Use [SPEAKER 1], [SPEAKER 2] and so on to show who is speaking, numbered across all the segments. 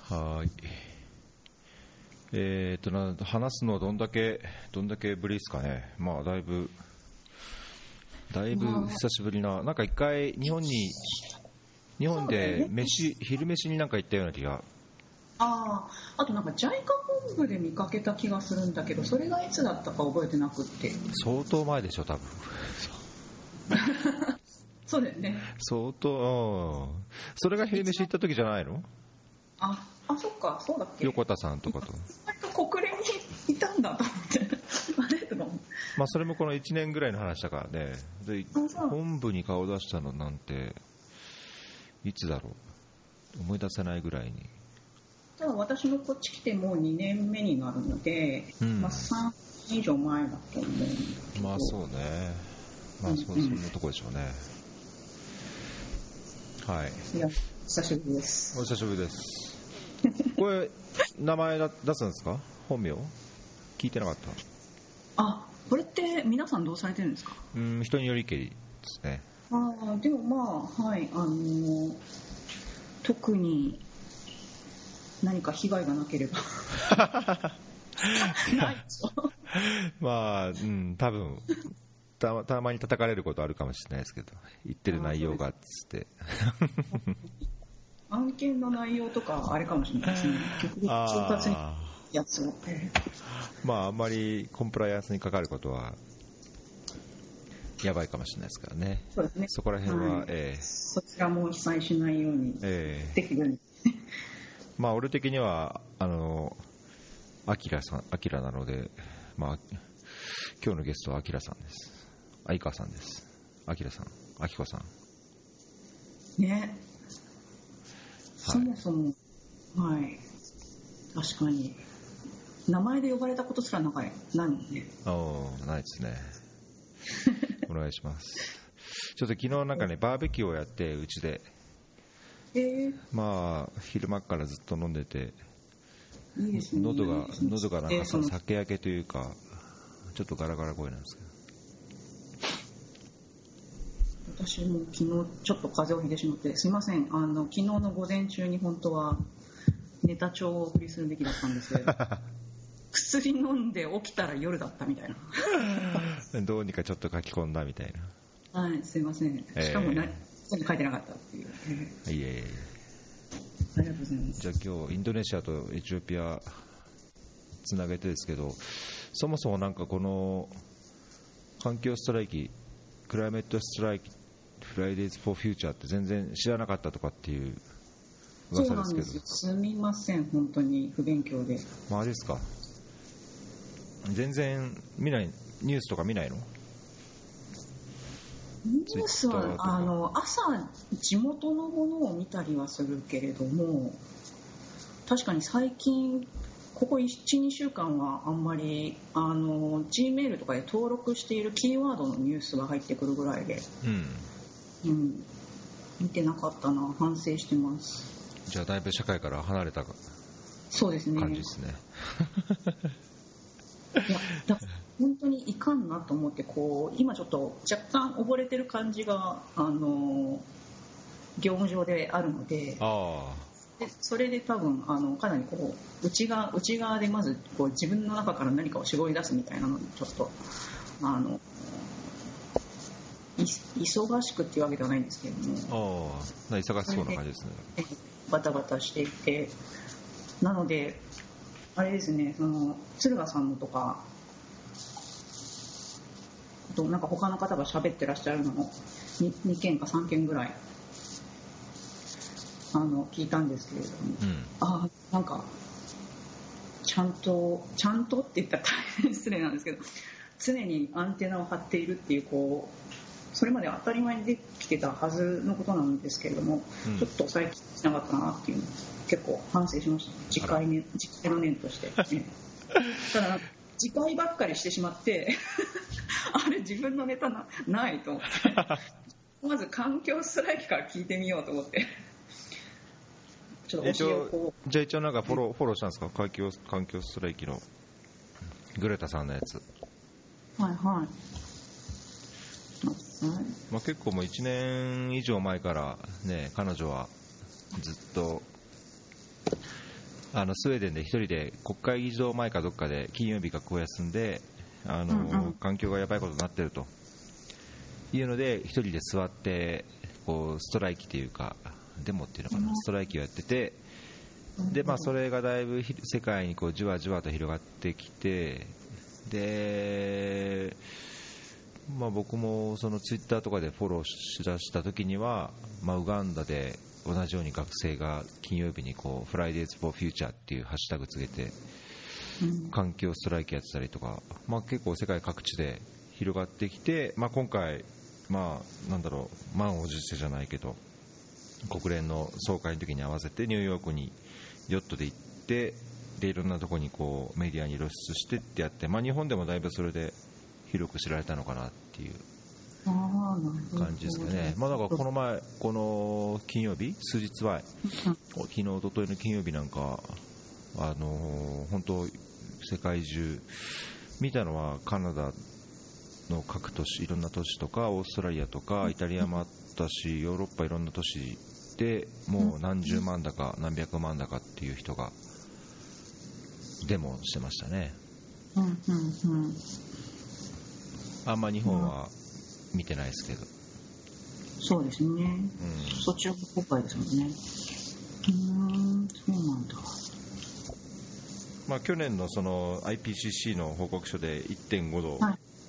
[SPEAKER 1] はい。話すのはどんだけぶりですかね。まあだいぶ久しぶりな。なんか一回日本で昼飯になんか行ったような気が。
[SPEAKER 2] あとなんかジャイカ本部で見かけた気がするんだけど、それがいつだったか覚えてなくって。
[SPEAKER 1] 相当前でしょ多分。
[SPEAKER 2] そうだよね。
[SPEAKER 1] 相当。それが昼飯行った時じゃないの？
[SPEAKER 2] そっか、そうだっけ。
[SPEAKER 1] 横田さんとかと。
[SPEAKER 2] 国連にいたんだと思ってあれとかも。
[SPEAKER 1] まあそれもこの1年ぐらいの話だからね。で本部に顔出したのなんていつだろう、思い出せないぐらいに。
[SPEAKER 2] ただ私もこっち来てもう2年目になるので、3年以上前だと思うんだけど。
[SPEAKER 1] まあそうね、まあそんなとこでしょうね。はい。
[SPEAKER 2] いや、久しぶりです。
[SPEAKER 1] お久しぶりです。これ名前出すんですか？本名聞いてなかった。
[SPEAKER 2] これって皆さんどうされてるんですか？
[SPEAKER 1] 人によりけりですね。
[SPEAKER 2] でもまあ、はい、特に何か被害がなければないでしょ
[SPEAKER 1] まあ、多分たまに叩かれることあるかもしれないですけど、言ってる内容がっつって
[SPEAKER 2] 案件の内容とかあれかもしれないですね。結局調達にやつを
[SPEAKER 1] まああんまりコンプライアンスにかかることはやばいかもしれないですからね。
[SPEAKER 2] そうですね。
[SPEAKER 1] そこら辺は、
[SPEAKER 2] そちらも被災しないようにできるように、
[SPEAKER 1] まあ俺的にはアキラなので、まあ今日のゲストはアキラさんです。相川さんです。アキラさん、アキコさん
[SPEAKER 2] ね。そもそも、はい、確かに名前で呼ばれたことすらないもんね。
[SPEAKER 1] ないですねお願いします。ちょっと昨日なんかね、バーベキューをやってうちで、まあ昼間からずっと飲んでて、
[SPEAKER 2] いいですね、
[SPEAKER 1] 喉がなんか酒焼けというか、ちょっとガラガラ声なんですけど。
[SPEAKER 2] 私も昨日ちょっと風邪をひいてしまって、すいません。昨日の午前中に本当はネタ帳をお送りするべきだったんですけど薬飲んで起きたら夜だったみたい
[SPEAKER 1] などうにかちょっと書き込んだみたい
[SPEAKER 2] な。はい、すいません。しかも書いてなかったっていう。
[SPEAKER 1] いえ。
[SPEAKER 2] ありがとうございます。
[SPEAKER 1] じゃあ今日インドネシアとエチオピアつなげてですけど、そもそもなんかこの環境ストライキ、クライメットストライキ、フライデーズ・フォー・フューチャーって全然知らなかったとかっていう噂ですけど。そうなんですよ。
[SPEAKER 2] すみません、本当に不勉強で。
[SPEAKER 1] マジですか？全然見ない、ニュースとか見ないの？
[SPEAKER 2] ニュースは朝地元のものを見たりはするけれども、確かに最近ここ 1,2 週間はあんまりGmail とかで登録しているキーワードのニュースが入ってくるぐらいで、見てなかったな。反省してます。
[SPEAKER 1] じゃあだいぶ社会から離れた感じですね。
[SPEAKER 2] いや、本当にいかんなと思って、今ちょっと若干溺れてる感じが業務上であるので、それで多分かなり内側でまず自分の中から何かを絞り出すみたいなのにちょっと忙しくっていうわけではないんですけれども、
[SPEAKER 1] 忙しそうな感じですね。
[SPEAKER 2] バタバタしていて、なのであれですね、敦賀さんのとかなんか他の方が喋ってらっしゃるのも 2件か3件ぐらい聞いたんですけれども、なんかちゃんとって言ったら大変失礼なんですけど、常にアンテナを張っているっていうそれまで当たり前にできてたはずのことなんですけれども、ちょっと最近しなかったなっていうのを結構反省しました。次回の念として、ただ次回ばっかりしてしまってあれ自分のネタないと思ってまず環境ストライキから聞いてみようと思ってちょっと
[SPEAKER 1] じゃあ一応なんかフォローしたんですか？環境ストライキのグレタさんのやつ。
[SPEAKER 2] はいはい。
[SPEAKER 1] まあ、結構もう1年以上前からね、彼女はずっとスウェーデンで一人で国会議事堂前かどっかで金曜日学校休んで環境がやばいことになってるというので一人で座ってこうストライキというかデモっていうのかな、ストライキをやってて、でそれがだいぶ世界にこうじわじわと広がってきて、で僕もそのツイッターとかでフォローしだした時には、ウガンダで同じように学生が金曜日にこう Fridays for Future っていうハッシュタグつけて環境ストライキやってたりとか、結構世界各地で広がってきて、今回なんだろう、満を持してじゃないけど国連の総会の時に合わせてニューヨークにヨットで行って、でいろんなところにこうメディアに露出してってやって、日本でもだいぶそれで広く知られたのかなっていう感じですかね。だからこの前、この金曜日、数日前、昨日、一昨日の金曜日なんか、本当、世界中見たのはカナダの各都市、いろんな都市とか、オーストラリアとか、イタリアもあったし、ヨーロッパいろんな都市でもう何十万だか何百万だかっていう人がデモしてましたね。あんま日本は見てないですけど。
[SPEAKER 2] そうですね。そっちの国会ですもんね。そうなんだ。
[SPEAKER 1] 去年のその IPCC の報告書で 1.5 度、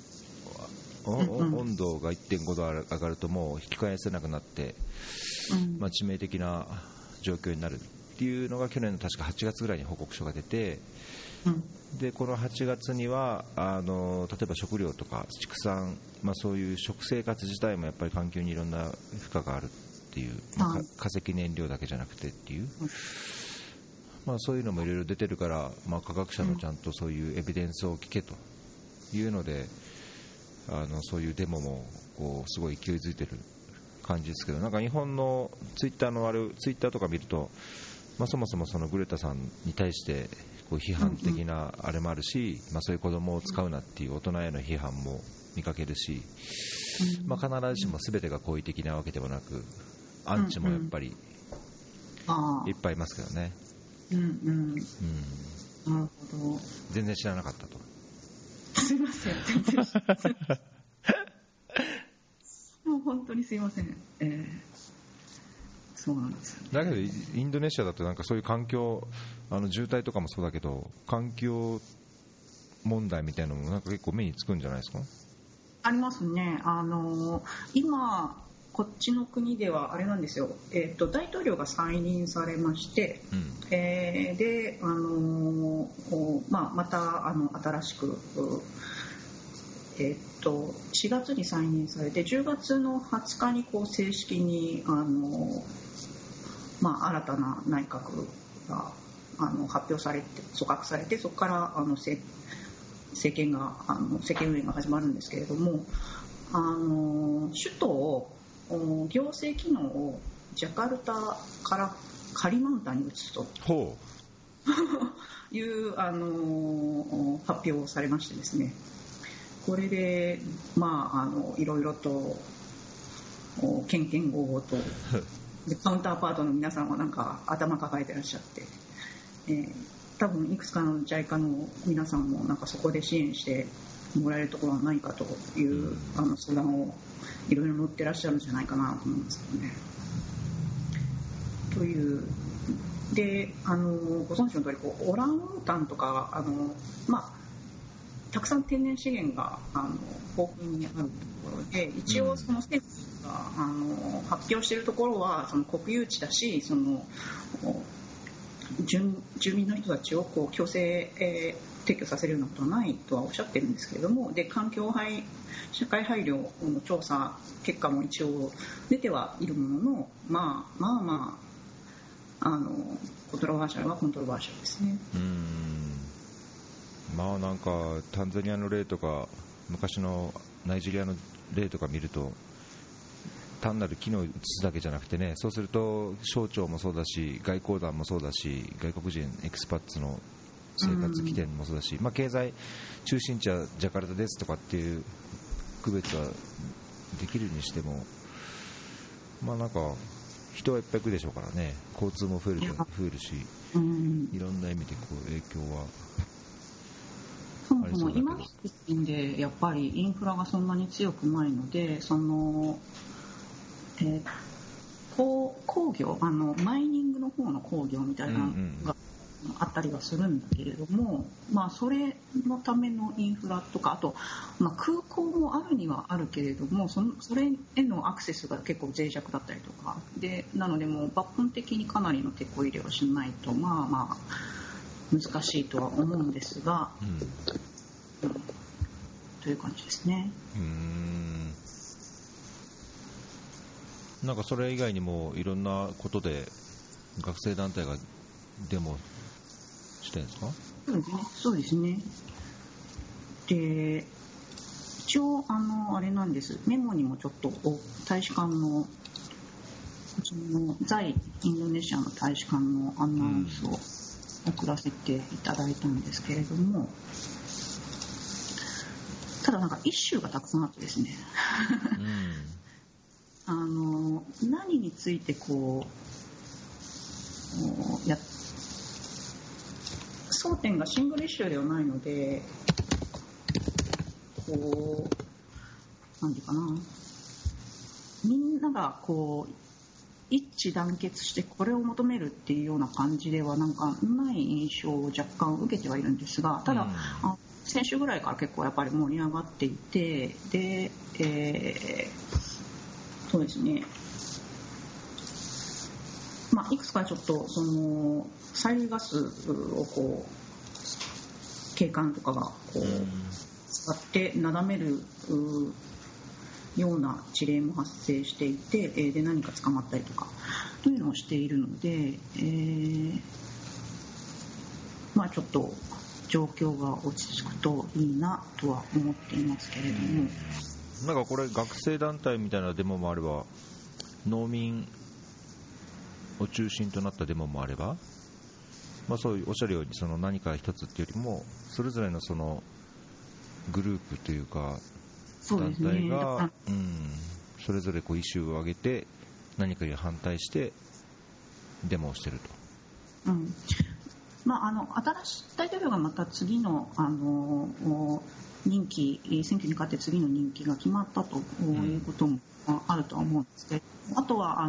[SPEAKER 1] 温度が 1.5 度上がるともう引き返せなくなって、致命的な状況になるっていうのが去年の確か8月ぐらいに報告書が出て、でこの8月には例えば食料とか畜産、そういう食生活自体もやっぱり環境にいろんな負荷があるっていう、化石燃料だけじゃなくてっていう、そういうのもいろいろ出てるから、科学者のちゃんとそういうエビデンスを聞けというので、そういうデモもこうすごい勢いづいてる感じですけど、なんか日本のツイッターとか見ると、そもそもそのグレタさんに対してこう批判的なあれもあるし、そういう子供を使うなっていう大人への批判も見かけるし、必ずしも全てが好意的なわけではなく、アンチもやっぱりいっぱいいますけどね。
[SPEAKER 2] なるほど。
[SPEAKER 1] 全然知らなかったと。
[SPEAKER 2] すいません、全然知らなかった。もう本当にすいません。そうなんですよね。
[SPEAKER 1] だけどインドネシアだとなんかそういう環境、渋滞とかもそうだけど、環境問題みたいなのもなんか結構目につくんじゃないですか？
[SPEAKER 2] ありますね。今こっちの国ではあれなんですよ、大統領が再任されまして、でまた新しく、4月に再任されて10月の20日にこう正式に新たな内閣が発表されて組閣されて、そこから政権運営が始まるんですけれども、首都を行政機能をジャカルタからカリマンタンに移すという発表をされましてですね、これでいろいろとけんけんごうごうとでカウンターパートの皆さんはなんか頭抱えてらっしゃって、多分いくつかの JICA の皆さんもなんかそこで支援してもらえるところはないかという相談をいろいろ乗ってらっしゃるんじゃないかなと思うんですけどね。というでご存知の通りオランウータンとかたくさん天然資源が豊富にあるところで、一応その政府が発表しているところはその国有地だし、その住民の人たちをこう強制、撤去させるようなことはないとはおっしゃってるんですけれども、で環境社会配慮の調査結果も一応出てはいるものの、コントロバーシャルはコントロバーシャルですね。
[SPEAKER 1] なんかタンザニアの例とか昔のナイジェリアの例とか見ると、単なる機能を移すだけじゃなくてね、そうすると省庁もそうだし外交団もそうだし外国人エクスパッツの生活起点もそうだし、経済中心地はジャカルタですとかっていう区別はできるにしても、なんか人はいっぱい来るでしょうからね、交通も増えるし、いろんな意味でこう影響は
[SPEAKER 2] そもそも今の時点でやっぱりインフラがそんなに強くないので、工業、マイニングの方の工業みたいなのがあったりはするんだけれども、それのためのインフラとか、あと、空港もあるにはあるけれども、それへのアクセスが結構脆弱だったりとかで、なのでもう抜本的にかなりの手こ入れをしないと難しいとは思うんですが、という感じですね。
[SPEAKER 1] なんかそれ以外にもいろんなことで学生団体がデモしてるんですか？
[SPEAKER 2] そうですね。で、一応あれなんです。メモにもちょっと大使館の在インドネシアの大使館のアナウンスを送らせていただいたんですけれども、ただなんかイシューがたくさんあってですね、何についてこう争点がシングルイシューではないので、こうなんていうかな、みんながこう一致団結してこれを求めるっていうような感じではなんかない印象を若干受けてはいるんですが、ただ、先週ぐらいから結構やっぱり盛り上がっていて、で、そうですね、いくつかちょっとその催涙ガスをこう警官とかがこう使ってなだめるような事例も発生していて、で何か捕まったりとかというのをしているので、ちょっと状況が落ち着くといいなとは思っていますけれども、
[SPEAKER 1] なんかこれ学生団体みたいなデモもあれば、農民を中心となったデモもあれば、そういうおっしゃるようにその何か一つっていうよりもそれぞれのそのグループというか団体がそれぞれこうイシューを上げて何かに反対してデモをしていると。
[SPEAKER 2] 新しい大統領がまた次の任期、選挙に勝って次の任期が決まったということもあるとは思うんですけど、あとは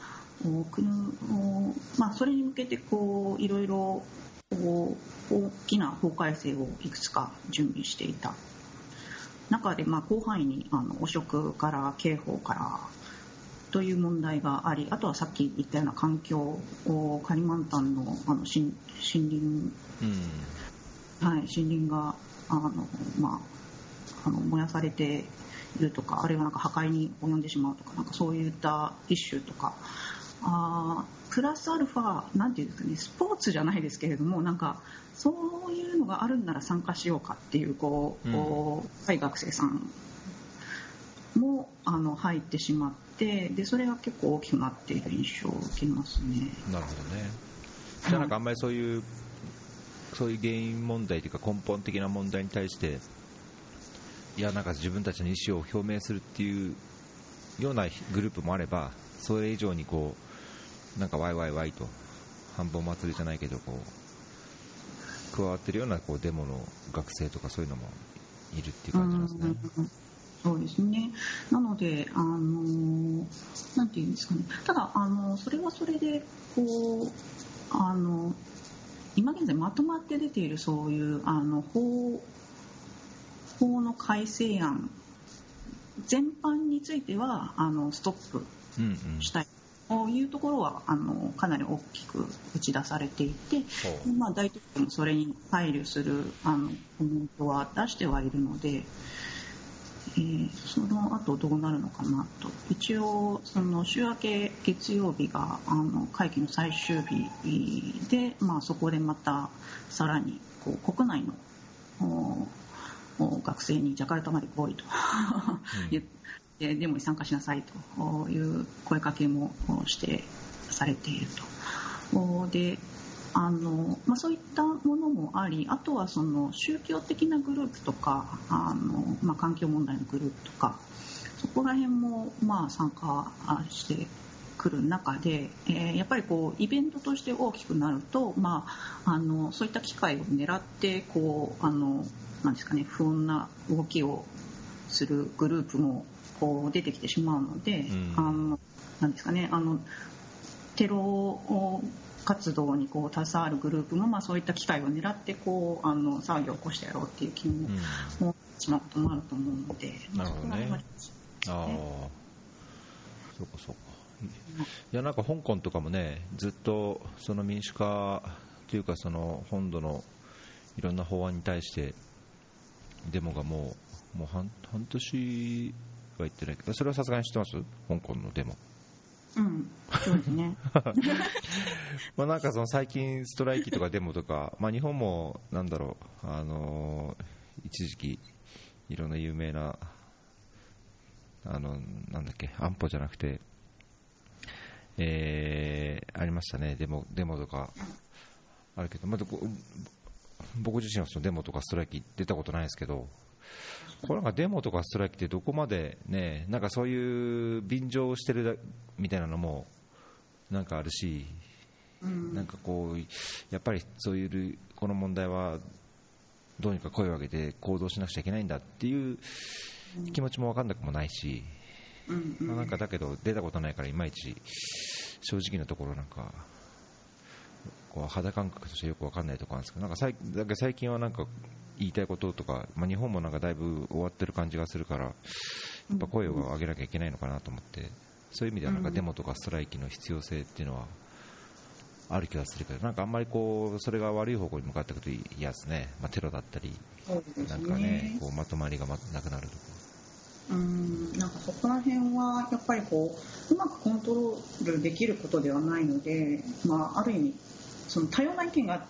[SPEAKER 2] それに向けてこういろいろ大きな法改正をいくつか準備していた中で、広範囲に汚職から刑法からという問題があり、あとはさっき言ったような環境、カリマンタンの森林、森林が燃やされているとか、あるいはなんか破壊に及んでしまうとか、なんかそういったイシューとか、プラスアルファなんていうんですかね、スポーツじゃないですけれども、なんかそういうのがあるんなら参加しようかっていう若い学生さんも入ってしまって、でそれが結構大きくなっている印象を受けますね。
[SPEAKER 1] なるほどね。じゃあなんかあんまりそういう原因問題というか根本的な問題に対してなんか自分たちの意思を表明するっていうようなグループもあれば、それ以上にこうなんかワイワイワイと半分祭りじゃないけどこう加わってるようなこうデモの学生とかそういうのもいるっていう感じなんですね。
[SPEAKER 2] そうですね。なのでなんていうんですかね。ただそれはそれでこう今現在まとまって出ているそういう法の改正案全般についてはストップしたいというところはかなり大きく打ち出されていて、大統領もそれに配慮するコメントは出してはいるので、その後どうなるのかなと。一応その週明け月曜日が会期の最終日で、そこでまたさらにこう国内の学生にジャカルタまで来いと言って、デモに参加しなさいという声かけもされていると。でそういったものもあり、あとはその宗教的なグループとか環境問題のグループとか、そこら辺も参加してくる中で、やっぱりこうイベントとして大きくなると、そういった機会を狙ってこうなんですかね、不穏な動きをするグループもこう出てきてしまうので、なんですかね、テロ活動にこう携わるグループも、そういった機会を狙ってこう騒ぎを起こしてやろうっていう気も持ってしまうこともあると思うので、
[SPEAKER 1] なるほどね。そうかそうか。いや、なんか香港とかもね、ずっとその民主化というか、その本土のいろんな法案に対してデモがもう半年は言ってないけど、それはさすがに知ってます？香港のデモ。
[SPEAKER 2] そうですね。
[SPEAKER 1] なんかその最近ストライキとかデモとか、日本もなんだろう、一時期いろんな有名ななんだっけ、安保じゃなくて、ありましたね、デモとかあるけど、僕自身はそのデモとかストライキ出たことないですけど、これなんかデモとかストライキってどこまでね、なんかそういう便乗をしてるみたいなのもなんかあるし、なんかこうやっぱりそういうこの問題はどうにか声を上げて行動しなくちゃいけないんだっていう気持ちも分かんなくもないし、なんかだけど出たことないからいまいち正直なところなんかこう肌感覚としてよく分かんないところなんですけど、なんか最近はなんか言いたいこととか、日本もなんかだいぶ終わってる感じがするから、やっぱ声を上げなきゃいけないのかなと思って、そういう意味ではなんかデモとかストライキの必要性っていうのはある気がするけど、なんかあんまりこうそれが悪い方向に向かっていくと嫌ですね。テロだったり、なんかね、こうまとまりがなくなるとか。
[SPEAKER 2] なんかそこら辺はやっぱりこううまくコントロールできることではないので、ある意味その多様な意見があって、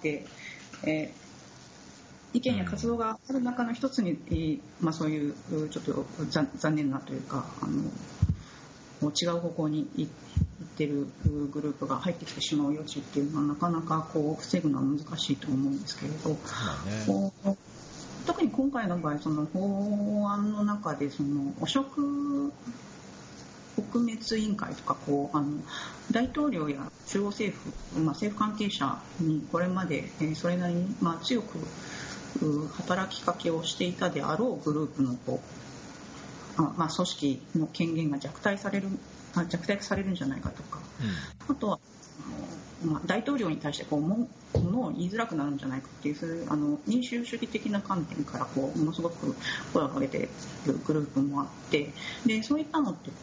[SPEAKER 2] 意見や活動がある中の一つに、そういうちょっと残念なというか違う方向に行ってるグループが入ってきてしまう余地っていうのはなかなかこう防ぐのは難しいと思うんですけれど、特に今回の場合その法案の中でその汚職撲滅委員会とか大統領や中央政府、政府関係者にこれまでそれなりに強く働きかけをしていたであろうグループの組織の権限が弱体化されるんじゃないかとか、あとは大統領に対して物を言いづらくなるんじゃないかっていう、そういう民主主義的な観点からものすごく声を上げているグループもあって、でそういったのって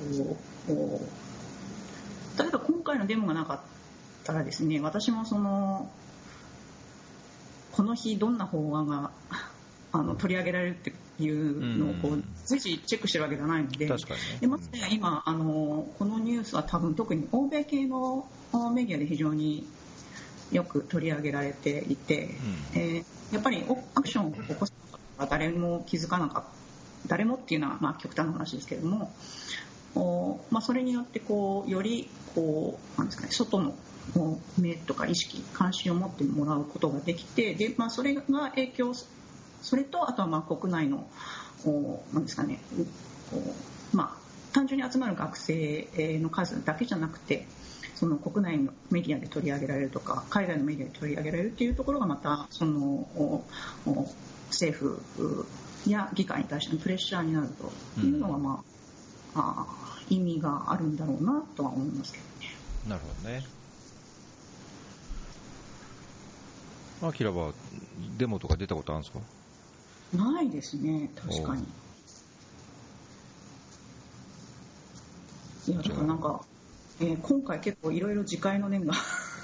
[SPEAKER 2] 例えば今回のデモがなかったらですね、私もこの日どんな法案が取り上げられるっていうのを随時チェックしてるわけじゃないので、まず今このニュースは多分特に欧米系のメディアで非常によく取り上げられていて、やっぱりアクションを起こすのは誰も気づかなかった、誰もっていうのは極端な話ですけれども、それによってよりなんですかね、外の目とか意識関心を持ってもらうことができて、で、それが影響、それとあとは国内のなんですかね、単純に集まる学生の数だけじゃなくて、その国内のメディアで取り上げられるとか海外のメディアで取り上げられるというところがまた政府や議会に対してのプレッシャーになるというのが、意味があるんだろうなとは思いますけどね。
[SPEAKER 1] なるほどね。アキラはデモとか出たことあるんですか？
[SPEAKER 2] ないですね、確かに。いや、だからなんか、今回結構いろいろ自戒の念が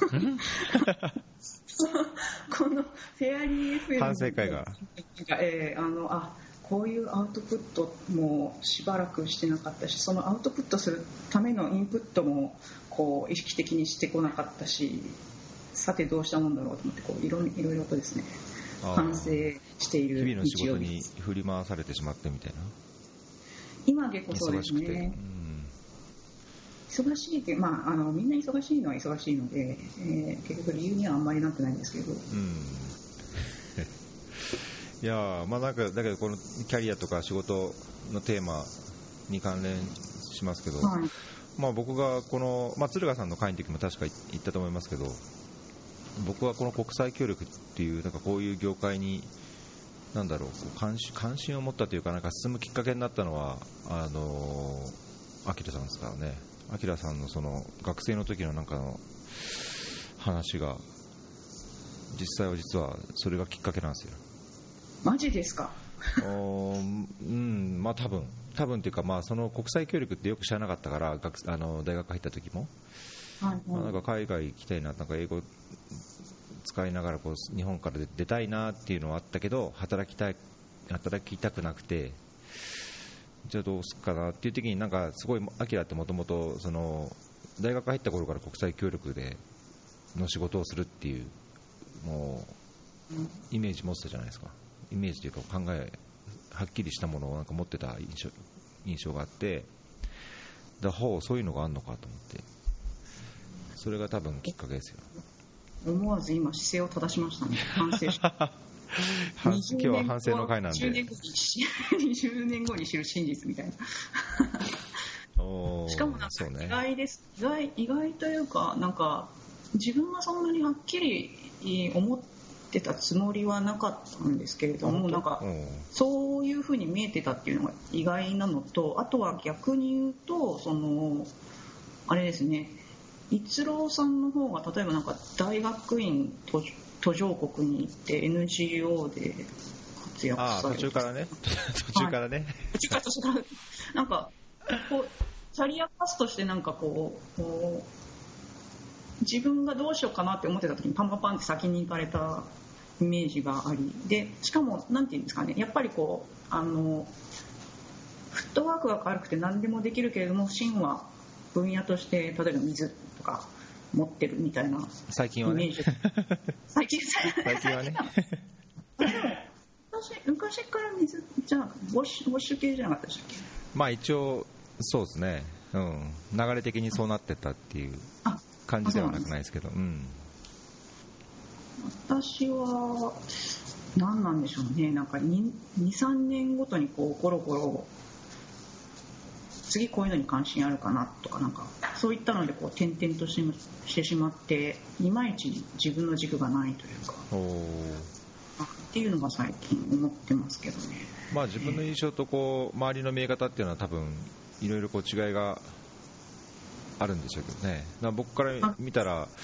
[SPEAKER 2] このフェアリー FM
[SPEAKER 1] 反省会が、
[SPEAKER 2] こういうアウトプットもしばらくしてなかったし、そのアウトプットするためのインプットも意識的にしてこなかったし、さてどうしたもんだろうと思っていろいろとですね、反省している日曜日。日々の
[SPEAKER 1] 仕事に振り回されてしまってみたいな。
[SPEAKER 2] 今結構そうですね。忙しいって、みんな忙しいのは忙しいので、結局理由にはあんまりなってないんですけど。
[SPEAKER 1] いやなんかだけどこのキャリアとか仕事のテーマに関連しますけど、 僕がこの、敦賀さんの会の時も確か言ったと思いますけど、僕はこの国際協力っていうなんかこういう業界になんだろう、関心を持ったというか、なんか進むきっかけになったのはアキラさんですからね。アキラさんのその学生の時のなんかの話が実はそれがきっかけなんですよ。
[SPEAKER 2] マジですか？
[SPEAKER 1] 多分っていうか、その国際協力ってよく知らなかったから、大学入った時も、なんか海外行きたいな、なんか英語使いながらこう日本から出たいなっていうのはあったけど、働きたくなくて、じゃあどうすっかなっていう時に、なんかすごいアキラってもともと大学入った頃から国際協力での仕事をするっていうもうイメージ持ってたじゃないですか。イメージというか考えはっきりしたものをなんか持ってた印象があって、そういうのがあるのかと思って、それが多分きっかけですよ。
[SPEAKER 2] 思わず今姿勢を正しましたね。反省し
[SPEAKER 1] 今日は反省の会なんで、
[SPEAKER 2] 20年後に知る真実みたいなしかもなんか意外です、意外というか、なんか自分はそんなにはっきり思ってたつもりはなかったんですけれども、なんかそういうふうに見えてたっていうのが意外なのと、あとは逆に言うとあれですね、逸郎さんの方が例えばなんか大学院途上国に行って NGO で活躍されて、
[SPEAKER 1] 途中からね
[SPEAKER 2] なんかこうキャリアパスとしてなんかこう自分がどうしようかなって思ってた時にパンパンパンって先に行かれたイメージがあり、でしかもなんていうんですかね、やっぱりこうフットワークが軽くて何でもできるけれども、芯は分野として例えば水とか持ってるみたいなイメージ。
[SPEAKER 1] 最近はね
[SPEAKER 2] 昔から水じゃなくてウォッシュ系じゃなかったでしたっけ？
[SPEAKER 1] 一応そうですね、流れ的にそうなってったっていう感じではなくないですけど、
[SPEAKER 2] 私は何なんでしょうね、なんか 2,3 年ごとにこうコロコロ次こういうのに関心あるかなとか、なんかそういったのでこう転々としてしまって、いまいち自分の軸がないというかっていうのが最近思ってますけどね。
[SPEAKER 1] 自分の印象とこう周りの見え方っていうのは多分いろいろこう違いがあるんでしょうけどね。僕から見たら、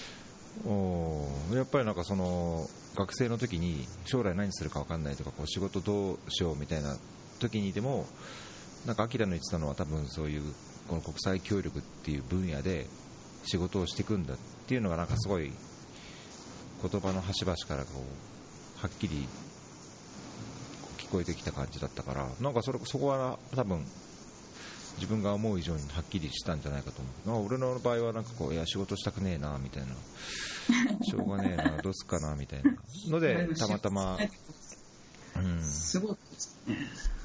[SPEAKER 1] やっぱりなんか学生の時に将来何するか分かんないとか、こう仕事どうしようみたいな時にでも、なんかアキラの言ってたのは多分そういうこの国際協力っていう分野で仕事をしていくんだっていうのがなんかすごい言葉の端々からこうはっきり聞こえてきた感じだったから、なんかそこは多分自分が思う以上にはっきりしたんじゃないかと思う。俺の場合はなんかこう、いや仕事したくねえなみたいな、しょうがねえなどうすっかなみたいなのでたまたま、
[SPEAKER 2] すごいですね、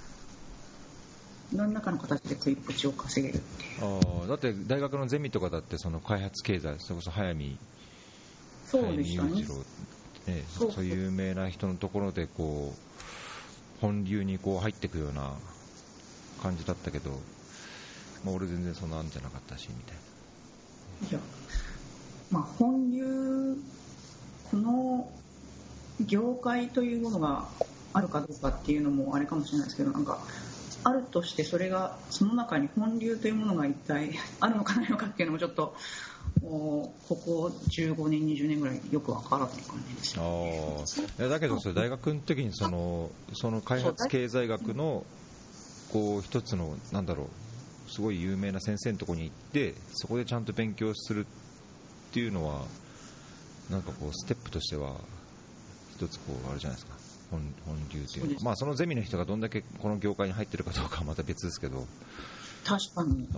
[SPEAKER 2] 何らかの形で食い口を稼げるっていう。
[SPEAKER 1] だって大学のゼミとかだってその開発経済、それこそ早見
[SPEAKER 2] 裕次郎、
[SPEAKER 1] そういう有名な人のところでこう本流にこう入っていくような感じだったけど、俺全然そんなんじゃなかったしみたいな。
[SPEAKER 2] じゃあ、本流、この業界というものがあるかどうかっていうのもあれかもしれないですけど、なんかあるとしてそれがその中に本流というものが一体あるのかないのかっていうのもちょっとここ15年20年ぐらいよくわからない感じですよ。
[SPEAKER 1] だけどそれ大学の時にその開発経済学のこう一つのなんだろう、すごい有名な先生のところに行ってそこでちゃんと勉強するっていうのはなんかこうステップとしては一つこうあれじゃないですか、本流というか、そのゼミの人がどんだけこの業界に入ってるかどうかはまた別ですけど。
[SPEAKER 2] 確かに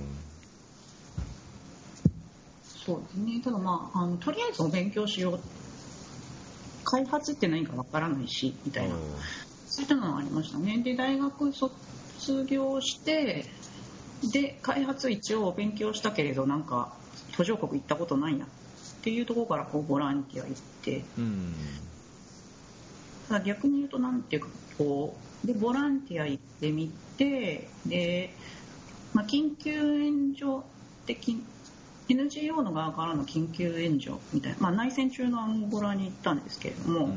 [SPEAKER 2] そうですね。ただとりあえずお勉強しよう、開発って何かわからないしみたいな、そういったのがありましたね。で大学卒業してで開発一応勉強したけれど、なんか途上国行ったことないなっていうところからこうボランティア行って、ただ逆に言うとなんていうかこうでボランティア行ってみて、で緊急援助的 NGO の側からの緊急援助みたいな、内戦中のアンゴラに行ったんですけれども、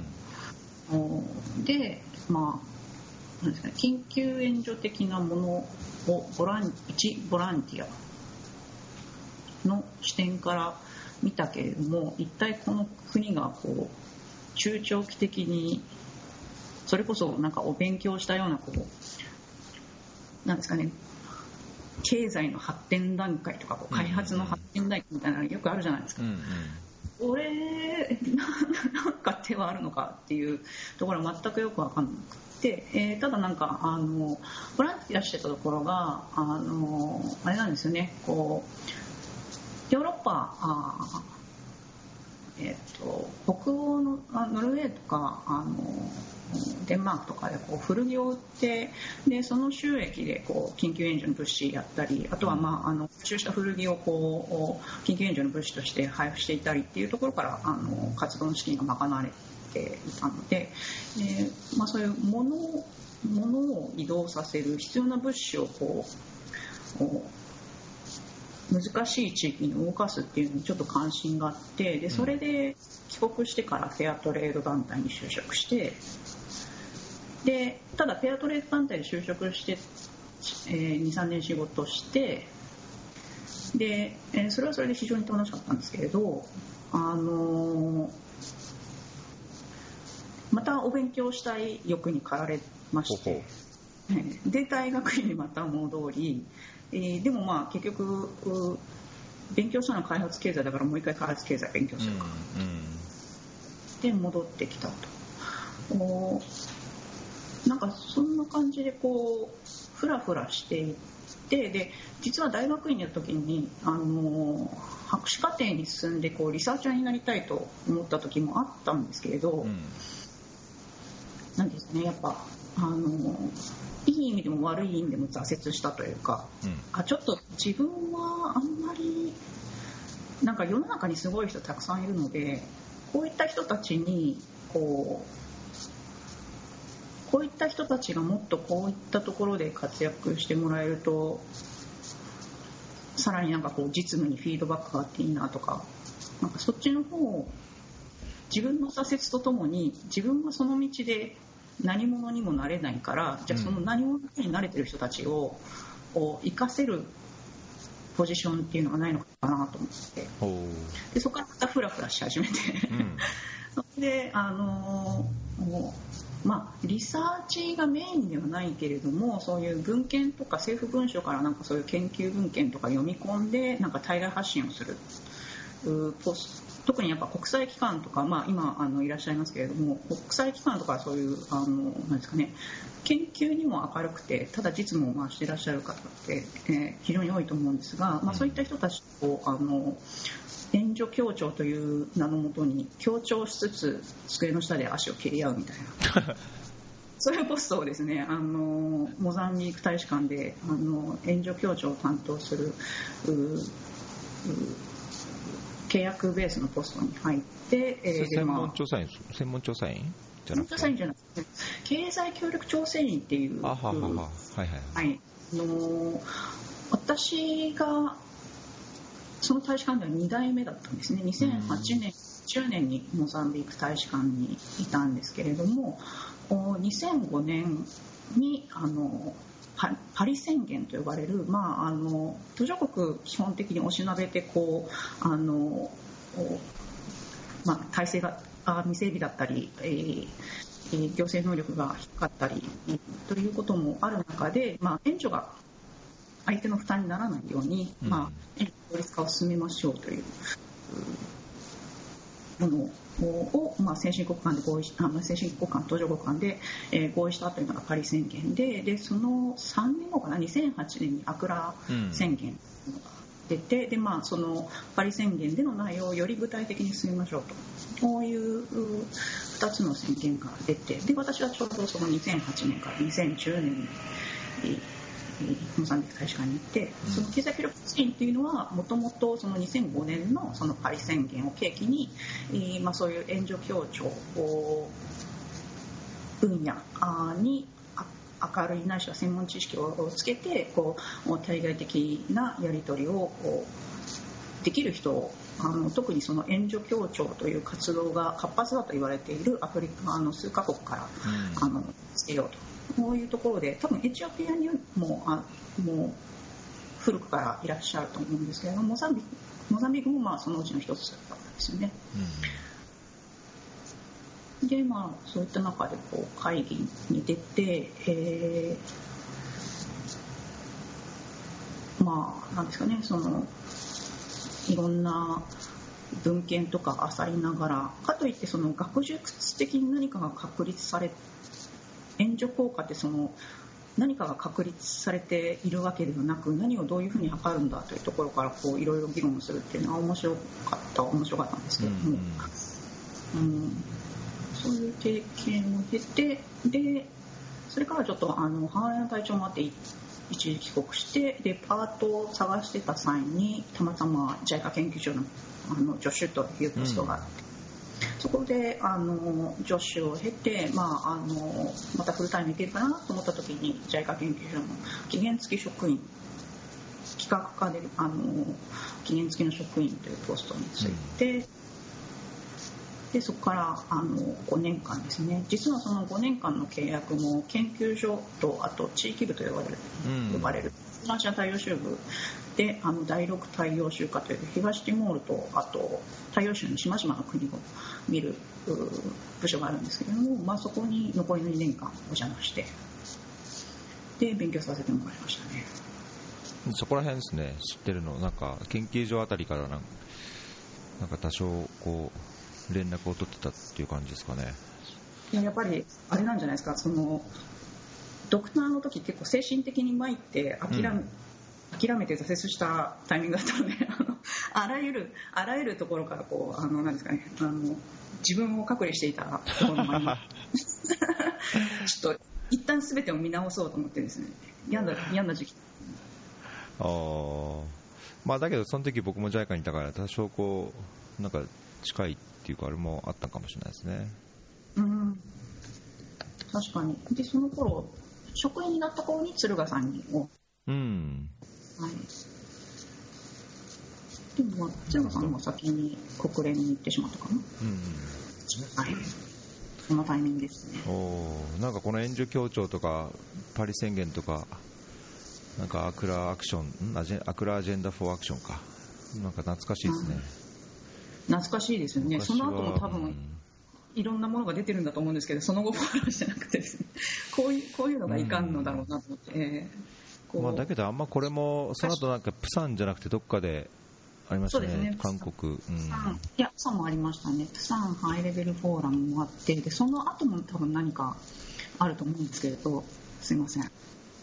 [SPEAKER 2] でなんですかね、緊急援助的なものをボランティアの視点から見たけれども、一体この国がこう中長期的にそれこそなんかお勉強したようななんですかね、経済の発展段階とか開発の発展段階みたいなのよくあるじゃないですか。これなんか手はあるのかっていうところは全くよく分かんなくて、ただなんかボランティアしてたところがあれなんですよね、こうヨーロッパ北欧のノルウェーとかデンマークとかでこう古着を売って、でその収益でこう緊急援助の物資やったり、あとは補充した古着をこう緊急援助の物資として配布していたりっていうところから活動の資金が賄われていたので、そういうものを移動させる必要な物資をこう難しい地域に動かすっていうのにちょっと関心があって、でそれで帰国してからフェアトレード団体に就職して、でただフェアトレード団体で就職して、2、3年仕事して、でそれはそれで非常に楽しかったんですけれど、またお勉強したい欲に駆られまして、で大学院にまた戻り、でも結局勉強したのは開発経済だからもう一回開発経済勉強するか、で戻ってきたと、なんかそんな感じでこうフラフラしていって、で実は大学院の時に博士課程に進んでこうリサーチャーになりたいと思った時もあったんですけれど、なんですかね、やっぱいい意味でも悪い意味でも挫折したというか、ちょっと自分はあんまりなんか世の中にすごい人たくさんいるので、こういった人たちにこういった人たちがもっとこういったところで活躍してもらえると、さらになんかこう実務にフィードバックがあっていいなとか、なんかそっちの方、自分の挫折とともに自分はその道で何者にもなれないから、じゃあその何者になれてる人たちを活かせるポジションっていうのがないのかなと思って、でそこからまたフラフラし始めて、それでリサーチがメインではないけれども、そういう文献とか政府文書からなんかそういう研究文献とか読み込んでなんか対外発信をする特にやっぱ国際機関とか、今いらっしゃいますけれども、国際機関とかそういうなんですかね、研究にも明るくて、ただ実務を回していらっしゃる方って、非常に多いと思うんですが、そういった人たちを援助協調という名のもとに協調しつつ机の下で足を蹴り合うみたいなそういうポストをですね、モザンビーク大使館で援助協調を担当する契約ベースのポストに入って、
[SPEAKER 1] 専門調査員じゃなくて、
[SPEAKER 2] 専門調査員じゃなくて経済協力調整員っていう、私がその大使館では2代目だったんですね。2008年10年にモザンビーク大使館にいたんですけれども、2005年にパリ宣言と呼ばれる、途上国基本的におしなべて体制が未整備だったり、行政能力が低かったりということもある中で、援助が相手の負担にならないように、効率化を進めましょうというものを、先進国間で合意し先進国間途上国間で、合意したというのがパリ宣言で、その3年後かな、2008年にアクラ宣言が出て、でそのパリ宣言での内容をより具体的に進めましょうと、こういう2つの宣言が出て、で私はちょうどその2008年から2010年にモザンビーク大使館に行って、その経済協力資金っていうのはもともとその2005年のそのパリ宣言を契機に、そういう援助協調分野に明るいないしは専門知識をつけてこう対外的なやり取りをこうできる人を特にその援助協調という活動が活発だと言われているアフリカの数カ国からつけようと、こういうところで多分エチオピアにも古くからいらっしゃると思うんですけれども、モザンビークもまあそのうちの一つだったんですよね。でまあ、そういった中でこう会議に出て、まあなんですかね、そのいろんな文献とか漁りながら、かといってその学術的に何かが確立され、援助効果ってその何かが確立されているわけではなく、何をどういうふうに測るんだというところからこういろいろ議論するっていうのは面白かったんですけれども、そういう経験を経て、でそれからちょっと母親の体調もあって一時帰国して、でパートを探してた際にたまたま JICA 研究所の助手というポストがあって、そこで助手を経て、またフルタイムいけるかなと思った時に JICA 研究所の期限付き職員、企画課で期限付きの職員というポストについて、でそこから5年間ですね。実はその5年間の契約も研究所とあと地域部と呼ばれるフランシア太陽州部で第6太陽州課という東ティモールとあと太陽州の島々の国を見る部署があるんですけれども、そこに残りの2年間お邪魔してで勉強させてもらいましたね。
[SPEAKER 1] そこら辺ですね、知ってるのなんか研究所あたりからなんか多少こう連絡を取ってたっていう感じですかね。
[SPEAKER 2] やっぱりあれなんじゃないですか、そのドクターの時結構精神的に参って諦めて挫折したタイミングだったのであらゆるところからこうなんですかね、自分を隔離していたところもありちょっと一旦全てを見直そうと思ってですね、嫌な時期。
[SPEAKER 1] だけどその時僕も JICA にいたから多少こうなんか近いっていうかあれもあったかもしれないですね。
[SPEAKER 2] 確かに。でその頃職員になった頃に敦賀さんにはい、でも敦賀さんが先に国連に行ってしまったかな。はい、そのタイミングですね。
[SPEAKER 1] なんかこの援助協調とかパリ宣言とかなんかアクラアジェンダフォーアクションか、なんか懐かしいですね。
[SPEAKER 2] 懐かしいですよね。その後も多分いろんなものが出てるんだと思うんですけど、その後フォローしてなくてですね、こういうのがいかんのだろうなと思って、
[SPEAKER 1] だけどあんまこれもその後なんかプサンじゃなくてどっかでありましたね。そうですね、韓国、プ
[SPEAKER 2] サンもありましたね。プサンハイレベルフォーラムもあって、でその後も多分何かあると思うんですけれど、すいません。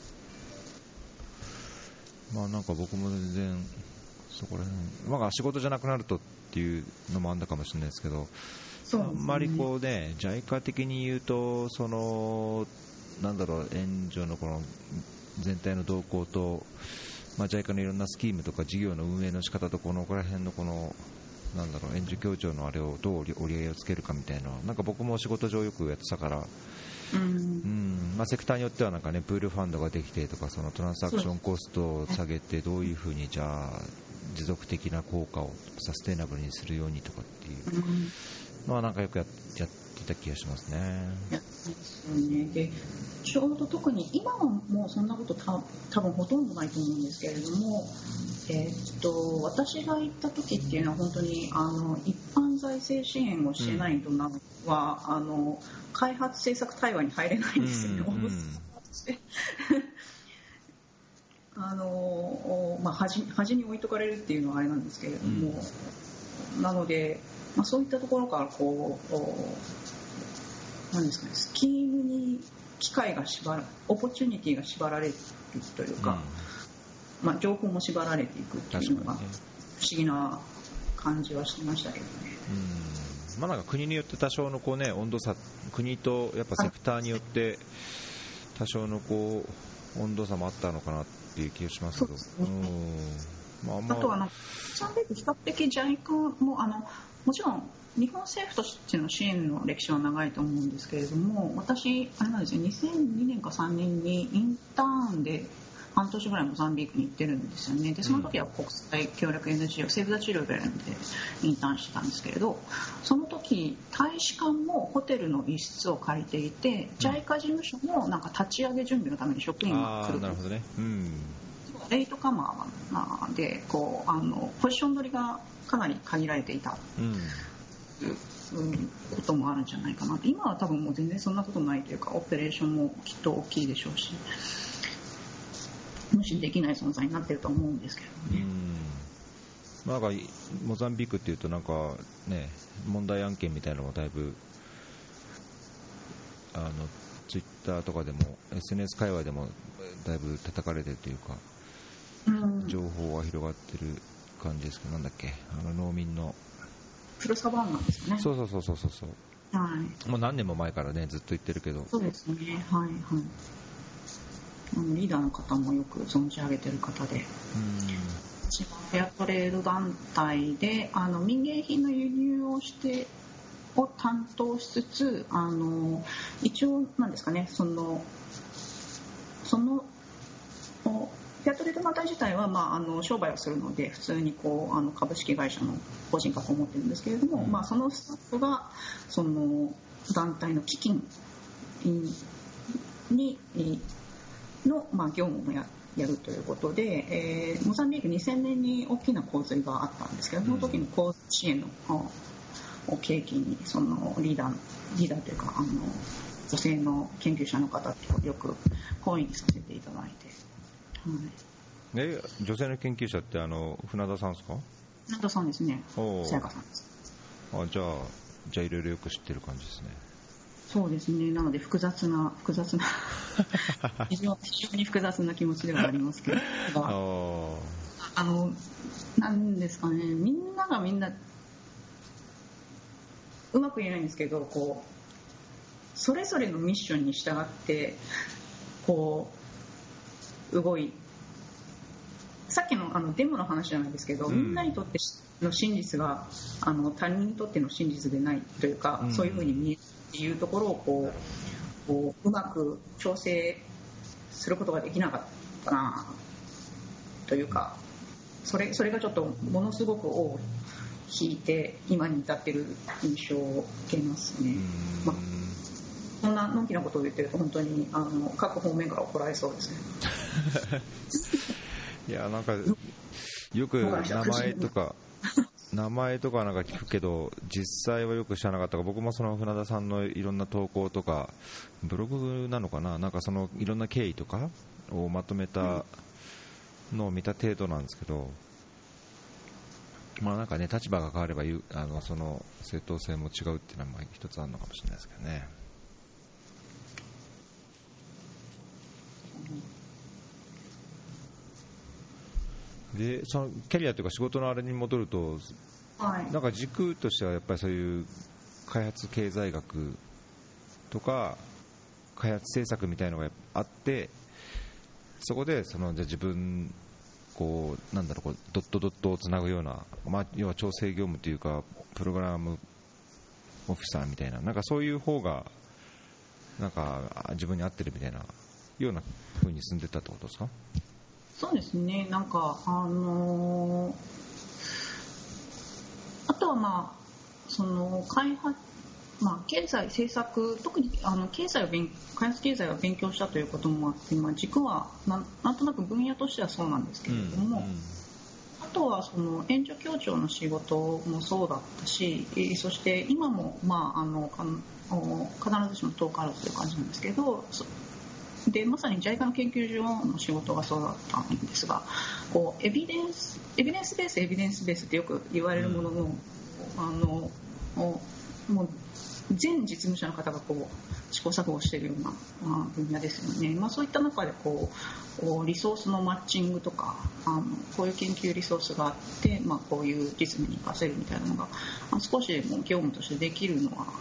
[SPEAKER 1] なんか僕も全然そこら辺、仕事じゃなくなるとっていうのもあんだかもしれないですけど、あんまりこうね JICA 的に言うとその援助のこの全体の動向と、JICA のいろんなスキームとか事業の運営の仕方とこの辺のこの援助協調のあれをどう折り合いをつけるかみたいな、なんか僕も仕事上よくやってたから、セクターによってはなんかねプールファンドができてとか、そのトランスアクションコストを下げてどういうふうにじゃあ持続的な効果をサステイナブルにするようにとかっていうのはなんかよくやってた気がしますね。
[SPEAKER 2] でちょうど特に今はもうそんなこと多分ほとんどないと思うんですけれども、私が行った時っていうのは本当に一般財政支援をしてないとなは、開発政策対話に入れないんですよね。端に置いとかれるっていうのはあれなんですけれども、なので、そういったところからこう何ですかね、スキームにオポチュニティが縛られるというか、情報も縛られていくっていうのが不思議な感じはしましたけどね。
[SPEAKER 1] なんか国によって多少のこうね温度差、国とやっぱセクターによって多少のこう温度差もあったのかなっていう気がしますけど、
[SPEAKER 2] あとは比較的 JICA ももちろん日本政府としての支援の歴史は長いと思うんですけれども、私あれなんですよ、2002年か3年にインターンで半年ぐらいモザンビークに行ってるんですよね。でその時は国際協力 NGO セーブ・ザ・チルドレンでインターンしてたんですけれど、その時大使館もホテルの一室を借りていて、JICA 事務所もなんか立ち上げ準備のために職員が来る。
[SPEAKER 1] なるほどね、
[SPEAKER 2] レイトカマーでこうポジション取りがかなり限られていた、こともあるんじゃないかな。今は多分もう全然そんなことないというか、オペレーションもきっと大きいでしょうし、無視できない存在になってると思うんですけどね。
[SPEAKER 1] なんかモザンビークっていうとなんかね、問題案件みたいなのもだいぶツイッターとかでも SNS 界隈でもだいぶ叩かれてるというか、情報が広がってる感じですけど、なんだっけ、農民の
[SPEAKER 2] プロサバンナですね。
[SPEAKER 1] そう、はい、もう何年も前からねずっと言ってるけど。
[SPEAKER 2] そうですね、はいはい。リーダーの方もよく存じ上げてる方で、フェアトレード団体で民芸品の輸入を担当しつつ、一応なんですかね、そのフェアトレード団体自体は、商売をするので普通にこう株式会社の法人格を持ってるんですけれども、そのスタッフがその団体の基金の業務もやるということで、モザンビーク2000年に大きな洪水があったんですけど、その時の洪水支援を契機にそのリーダーというか女性の研究者の方とよく講演させていただいて、
[SPEAKER 1] 女性の研究者って船田さんですか？
[SPEAKER 2] 船田さんですね。さやかさんです。
[SPEAKER 1] じゃあいろいろよく知ってる感じですね。
[SPEAKER 2] そうですね。なので複雑な非常に複雑な気持ちではありますけどなんですかね、みんながみんなうまく言えないんですけど、こうそれぞれのミッションに従ってこう動い、さっきのデモの話じゃないですけど、みんなにとっての真実が他人にとっての真実でないというか、そういうふうに見えるっていうところをこううまく調整することができなかったなというか、それがちょっとものすごく尾を引いて今に至ってる印象を受けますね。こんなのんきなことを言ってると本当に各方面から怒られそうですね。
[SPEAKER 1] いや、なんかよく名前とかなんか聞くけど実際はよく知らなかったが、僕もその船田さんのいろんな投稿とかブログなのかな、なんかそのいろんな経緯とかをまとめたのを見た程度なんですけど、なんかね、立場が変わればその正当性も違うっていうのは一つあるのかもしれないですけどね。でそのキャリアというか仕事のあれに戻ると、なんか軸としてはやっぱりそういう開発経済学とか開発政策みたいなのがあって、そこでじゃあ自分こうドットをつなぐような、要は調整業務というかプログラムオフィサーみたいな、なんかそういう方がなんか自分に合ってるみたいなような風に進んでったってことですか？
[SPEAKER 2] そうですね。なんかあとはその開発、経済政策、特に開発経済を勉強したということもあって、軸はなんとなく分野としてはそうなんですけれども、あとはその援助協調の仕事もそうだったし、そして今も必ずしも遠からずという感じなんですけど、でまさに JICA の研究所の仕事がそうだったんですが、こうエビデンスベースってよく言われるものの、もう全実務者の方がこう試行錯誤しているような分野ですよね。そういった中でこうリソースのマッチングとか、こういう研究リソースがあって、こういう実務に活かせるみたいなのが少しでも業務としてできるのは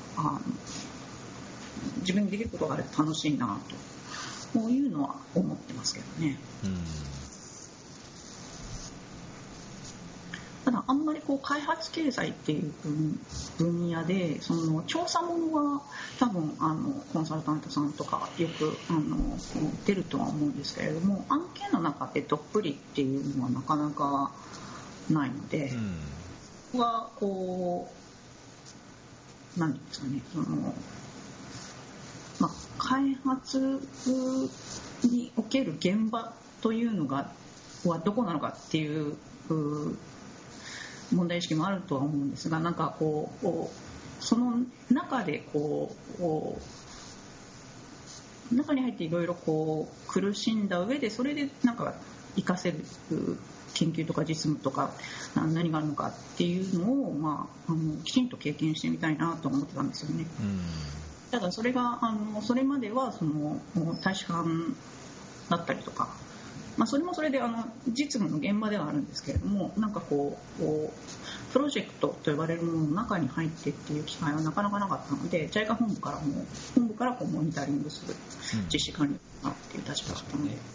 [SPEAKER 2] 自分にできることがあれば楽しいなと。こういうのは思ってますけどね。 ただあんまりこう開発経済っていう分野でその調査ものは多分コンサルタントさんとかよく出るとは思うんですけれども、案件の中でどっぷりっていうのはなかなかないので、ここはこう何ですかね、開発における現場というのはどこなのかっていう問題意識もあるとは思うんですが、なんかこうその中で中に入っていろいろ苦しんだ上で、それでなんか活かせる研究とか実務とか何があるのかっていうのを、きちんと経験してみたいなと思ってたんですよね。ただそれがそれまではその大使館だったりとか、それもそれで実務の現場ではあるんですけれども、なんかプロジェクトと呼ばれるものの中に入ってっていう機会はなかなかなかったので、JICA 本部からモニタリングする実施管理っていう立場だったので、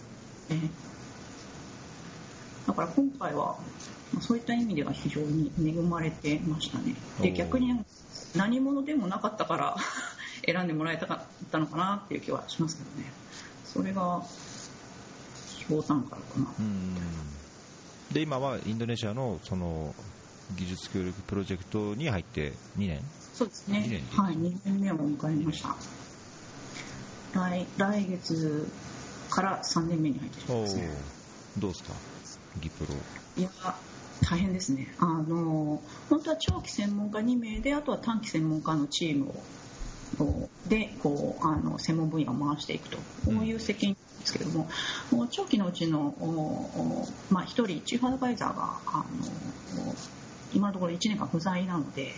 [SPEAKER 2] だから今回はそういった意味では非常に恵まれてましたね。で、逆に何者でもなかったから選んでもらえたかったのかなっていう気はしますけどね。それがひょうたんからかな。
[SPEAKER 1] で、今はインドネシアのその技術協力プロジェクトに入って2年。
[SPEAKER 2] そうですね。はい、2年目を迎えました。来月から3年目に入ってしまいますね。
[SPEAKER 1] どうですか、ギプロ。
[SPEAKER 2] いや、大変ですね。本当は長期専門家2名で、あとは短期専門家のチームで専門分野を回していくと、こういう責任ですけれども、長期のうちの1人チーフアドバイザーが今のところ1年間不在なので、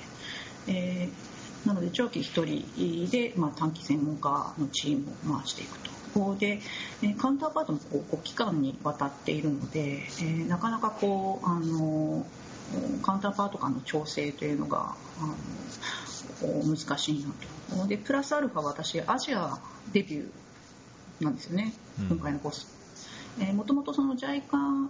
[SPEAKER 2] 長期1人で、短期専門家のチームを回していくと。でカウンターパートも期間にわたっているので、なかなかカウンターパート間の調整というのが難しいなと。でプラスアルファ、私アジアデビューなんですよね、今回のコース。もともとその JICA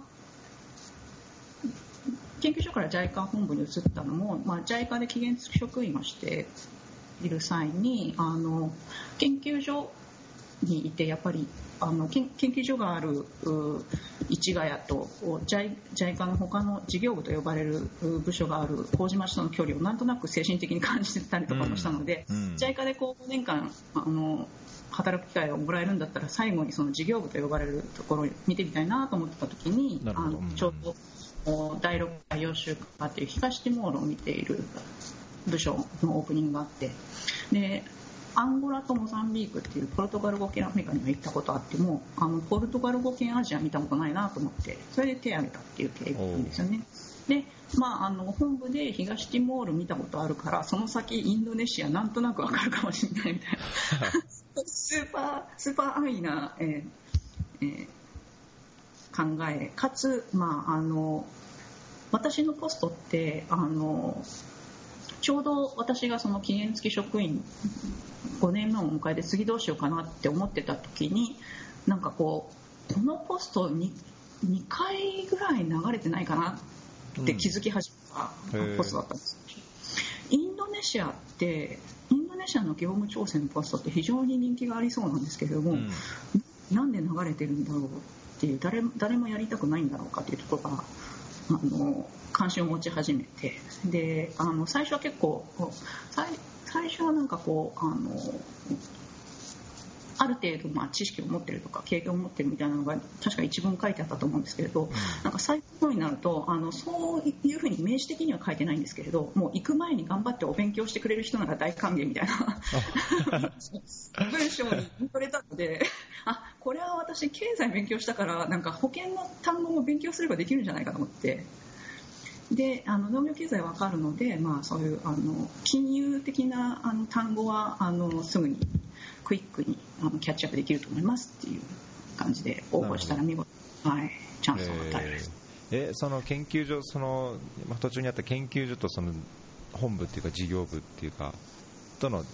[SPEAKER 2] 研究所から JICA 本部に移ったのも、JICA で期限付き職員をしている際に研究所にいて、やっぱり研究所がある市ヶ谷と JICA の他の事業部と呼ばれる部署がある麹町との距離をなんとなく精神的に感じてたりとかもしたので、JICA で5年間働く機会をもらえるんだったら、最後にその事業部と呼ばれるところを見てみたいなと思ってた時に、ちょうど第6回洋州課という東ティモールを見ている部署のオープニングがあって、でアンゴラとモザンビークっていうポルトガル語圏アフリカには行ったことあっても、ポルトガル語圏アジア見たことないなと思って、それで手を挙げたっていう経緯なんですよね。で、本部で東ティモール見たことあるから、その先インドネシアなんとなくわかるかもしれないみたいなスーパー安易な、考えかつ、私のポストってちょうど私がその期限付き職員5年目を迎えて次どうしようかなって思ってた時に、なんかこのポストに2回ぐらい流れてないかなって気づき始めたポストだったんです。インドネシアの業務調整のポストって非常に人気がありそうなんですけれども、なんで流れてるんだろうっていう、誰もやりたくないんだろうかっていうところが関心を持ち始めて、で最初は結構最初はなんかある程度知識を持ってるとか経験を持ってるみたいなのが確か一文書いてあったと思うんですけれど、なんか最後になるとそういうふうに明示的には書いてないんですけれど、もう行く前に頑張ってお勉強してくれる人なら大歓迎みたいな文章に取れたので、これは私経済勉強したからなんか保険の単語も勉強すればできるんじゃないかと思って、で農業経済わかるので、そういう金融的な単語はすぐにクイックにキャッチアップできると思いますっていう感じで応募したら見事、チャンスを与える。
[SPEAKER 1] その研究所、途中にあった研究所とその本部っていうか事業部っていうかとの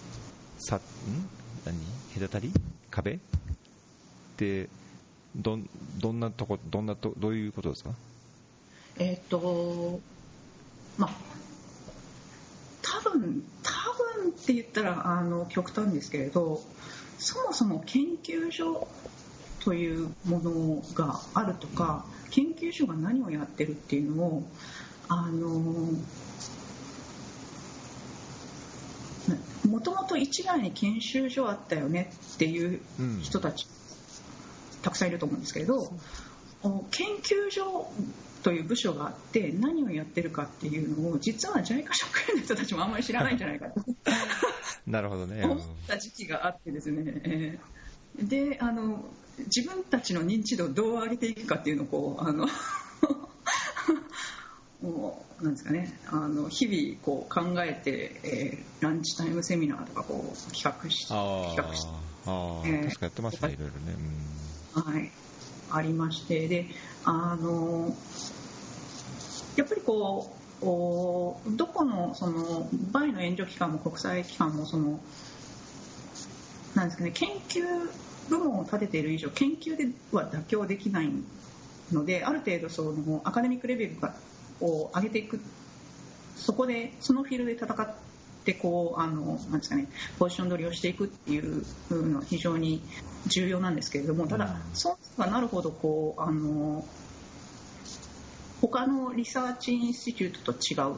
[SPEAKER 1] 隔たり壁ってどういうことですか？
[SPEAKER 2] まあ多分って言ったら極端ですけれど、そもそも研究所というものがあるとか、研究所が何をやってるっていうのをもともと一概に研修所あったよねっていう人たち、たくさんいると思うんですけれど、研究所という部署があって何をやってるかっていうのを実は JICA 職員の人たちもあんまり知らないんじゃないかと
[SPEAKER 1] なるほどね、
[SPEAKER 2] 思った時期があってですね、で自分たちの認知度をどう上げていくかっていうのをこうもうなんですかね、日々こう考えて、ランチタイムセミナーとかこう企画して
[SPEAKER 1] 確かやってますね、いろいろね、
[SPEAKER 2] はい、ありまして、でやっぱりこうどこのそのバイの援助機関も国際機関もそのなんですかね、研究部門を立てている以上研究では妥協できないので、ある程度そのアカデミックレベルを上げていく、そこでそのフィールドで戦ってこうなんですかね、ポジション取りをしていくっていうのは非常に重要なんですけれども、ただそうなるほどこう他のリサーチインスティテュートと違う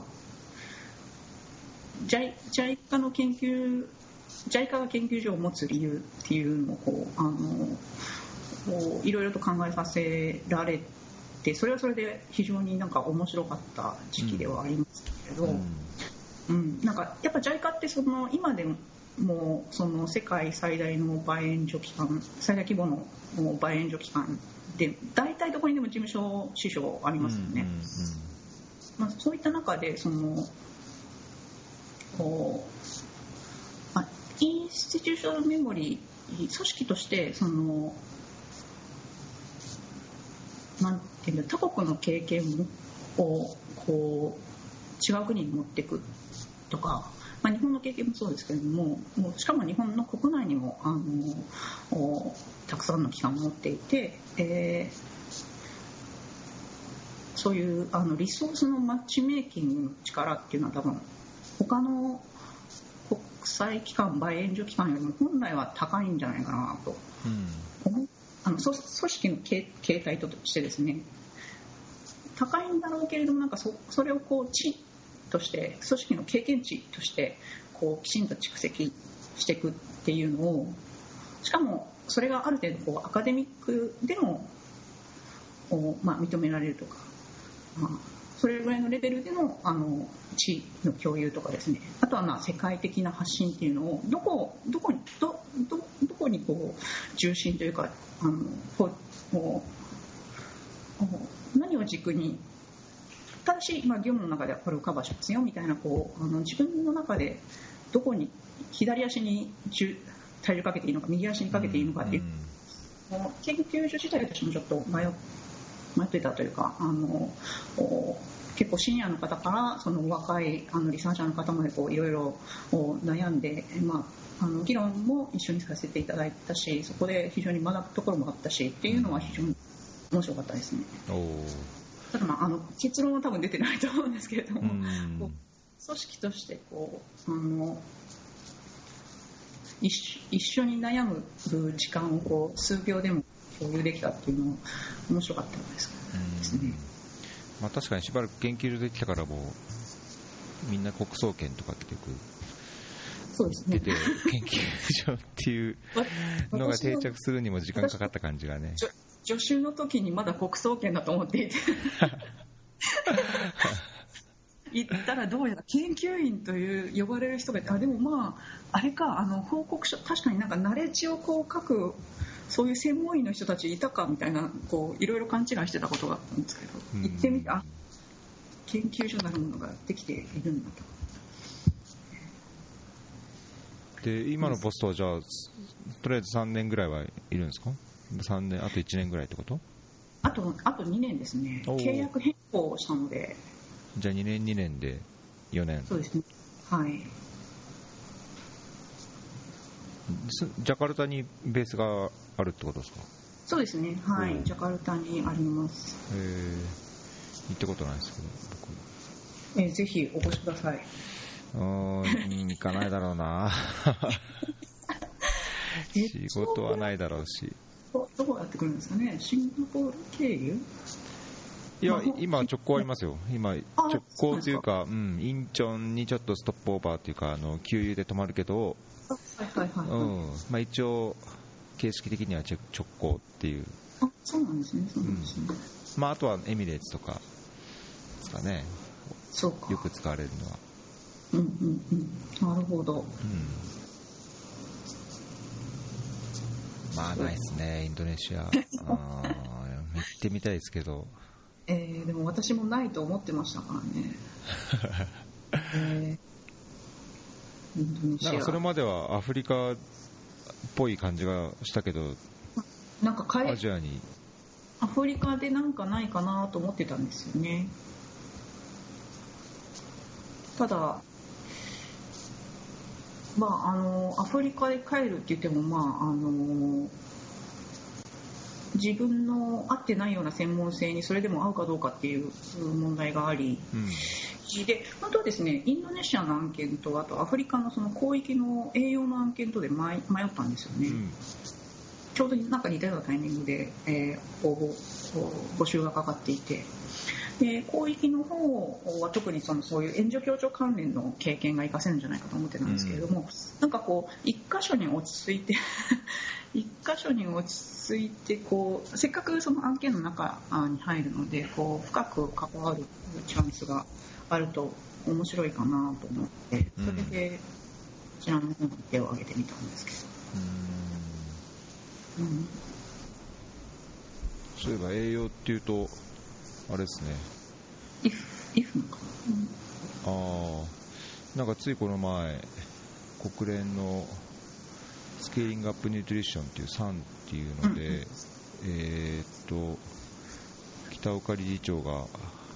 [SPEAKER 2] JICA の研究 JICA が研究所を持つ理由っていうのをこういろいろと考えさせられて、それはそれで非常になんか面白かった時期ではありますけど、なんかやっぱ JICA ってその今でもその世界最大のバイ援助機関、最大規模のバイ援助機関で大体どこにでも事務所支所ありますよね。そういった中でそのインスティテューショナルメモリー組織としてそのなんていうの、他国の経験をこう違う国に持っていくとか、日本の経験もそうですけれども、しかも日本の国内にもたくさんの機関を持っていて、そういうリソースのマッチメイキングの力っていうのは多分他の国際機関、バイ援助機関よりも本来は高いんじゃないかなと思う。組織の形態としてですね、高いんだろうけれども、なんかそれをこう地として組織の経験値としてこうきちんと蓄積していくっていうのを、しかもそれがある程度こうアカデミックでも認められるとか、それぐらいのレベルでの地の共有とかですね、あとは世界的な発信っていうのをどこにこう重心というか何を軸に、ただし業務の中ではこれをカバーしますよみたいなこう自分の中でどこに左足に体重かけていいのか右足にかけていいのかっていう、研究所自体としてもちょっと迷ってたというか、結構シニアの方からその若いリサーチャーの方までいろいろ悩んで、議論も一緒にさせていただいたし、そこで非常に学ぶところもあったしっていうのは非常に面白かったですね。ただ結論は多分出てないと思うんですけれども、組織として一緒に悩む時間を数秒でも共有できたっていうのは面白かったですね。
[SPEAKER 1] 確かにしばらく研究所できたからもうみんな国総研とか結局
[SPEAKER 2] そうですね、
[SPEAKER 1] 出て研究所っていうのが定着するにも時間かかった感じがね。
[SPEAKER 2] 助手の時にまだ国総研だと思っていて行ったらどうやら研究員という呼ばれる人がいて、でもあれか報告書、確かになんかナレッジをこう書くそういう専門医の人たちいたかみたいないろいろ勘違いしてたことがあったんですけど、行ってみて研究所なるものができているんだ
[SPEAKER 1] と。で今のポストはじゃあとりあえず3年ぐらいはいるんですか？3年、あと1年ぐらいってこと？
[SPEAKER 2] あと2年ですね。契約変更をしたので。
[SPEAKER 1] じゃあ2年で4年。
[SPEAKER 2] そうですね、はい。
[SPEAKER 1] ジャカルタにベースがあるってことですか？
[SPEAKER 2] そうですね、はい、ジャカルタにあります。
[SPEAKER 1] 行ったことないですけど
[SPEAKER 2] ぜひお越しください。
[SPEAKER 1] 行かないだろうな仕事はないだろうし。
[SPEAKER 2] どうやってくるんですかね。シンガポール経由？
[SPEAKER 1] いや、今直行ありますよ。今直行というか、インチョンにちょっとストップオーバーというか、給油で止まるけど、一応形式的には直行っていう。
[SPEAKER 2] そうなんですね。そうなんですね。
[SPEAKER 1] あとはエミレーツとかですかね。
[SPEAKER 2] そうか。
[SPEAKER 1] よく使われるのは。
[SPEAKER 2] なるほど。
[SPEAKER 1] ないですね、インドネシア。行ってみたいですけど。
[SPEAKER 2] でも私もないと思ってましたからね。インドネシア。
[SPEAKER 1] なんかそれまではアフリカっぽい感じがしたけど、
[SPEAKER 2] なんか
[SPEAKER 1] アジアに。
[SPEAKER 2] アフリカでなんかないかなと思ってたんですよね。ただ、アフリカへ帰るって言っても、自分の合ってないような専門性にそれでも合うかどうかっていう問題があり、で本当はですね、インドネシアの案件とあとアフリカのその広域の栄養の案件とで迷ったんですよね。ちょうどなんか似たようなタイミングで、募集がかかっていて、で広域の方は特にそういう援助協調関連の経験が活かせるんじゃないかと思ってたんですけれども、なんかこう一箇所に落ち着いて一箇所に落ち着いてせっかくその案件の中に入るので深く関わるチャンスがあると面白いかなと思って、それでこちらの方に手を挙げてみたんですけど、
[SPEAKER 1] そういえば栄養っていうとあれですね、
[SPEAKER 2] IF のか
[SPEAKER 1] な。なんかついこの前国連のスケーリングアップニュートリションっていう3っていうので、北岡理事長が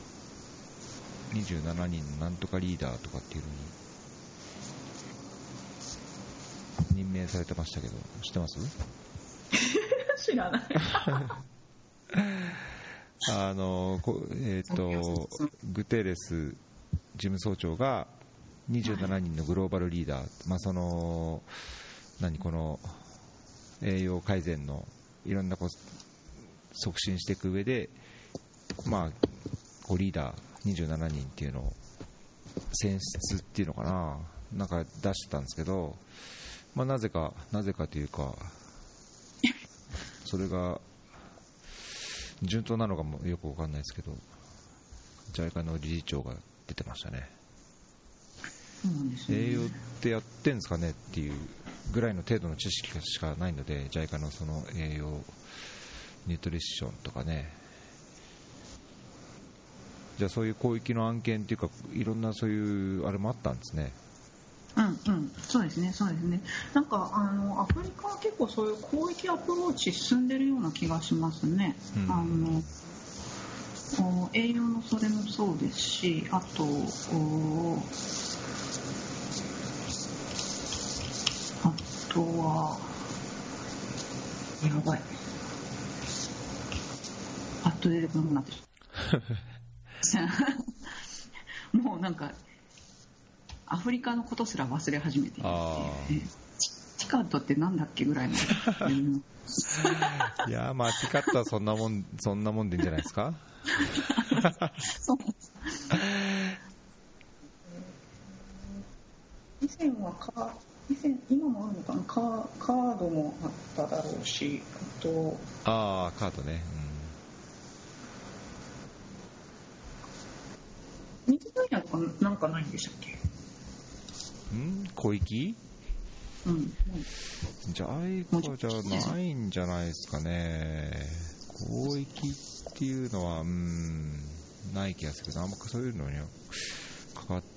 [SPEAKER 1] 27人のなんとかリーダーとかっていうのに任命されてましたけど、知ってます？
[SPEAKER 2] 知らない
[SPEAKER 1] グテーレス事務総長が27人のグローバルリーダー、この栄養改善のいろんな促進していく上で、リーダー27人っていうのを選出っていうのかな、なんか出してたんですけど、なぜかというか、それが順当なのかもよく分かんないですけど、JICAの理事長が出てましたね。栄養ってやってんですかねっていうぐらいの程度の知識しかないので、JICAのその栄養ニュートリションとかね。じゃあそういう広域の案件っていうか、いろんなそういうあれもあったんですね。
[SPEAKER 2] そうですね。なんかアフリカは結構そういう広域アプローチ進んでるような気がしますね。栄養のそれもそうですし、あとはやばい、パッと出てこなくなってもうなんかアフリカのことすら忘れ始めているっていう、ティカットってなんだっけぐらいの
[SPEAKER 1] いやティカットはそんなもんでいいんじゃないですか
[SPEAKER 2] そう以前今もあるのかな、カードもあっただろうし、あと
[SPEAKER 1] カードね、
[SPEAKER 2] 水ダイヤとかなんかないんでしたっけ？
[SPEAKER 1] 広域？JICAじゃないんじゃないですかね。広域っていうのはない気がするな。あんまそういうのに関わった。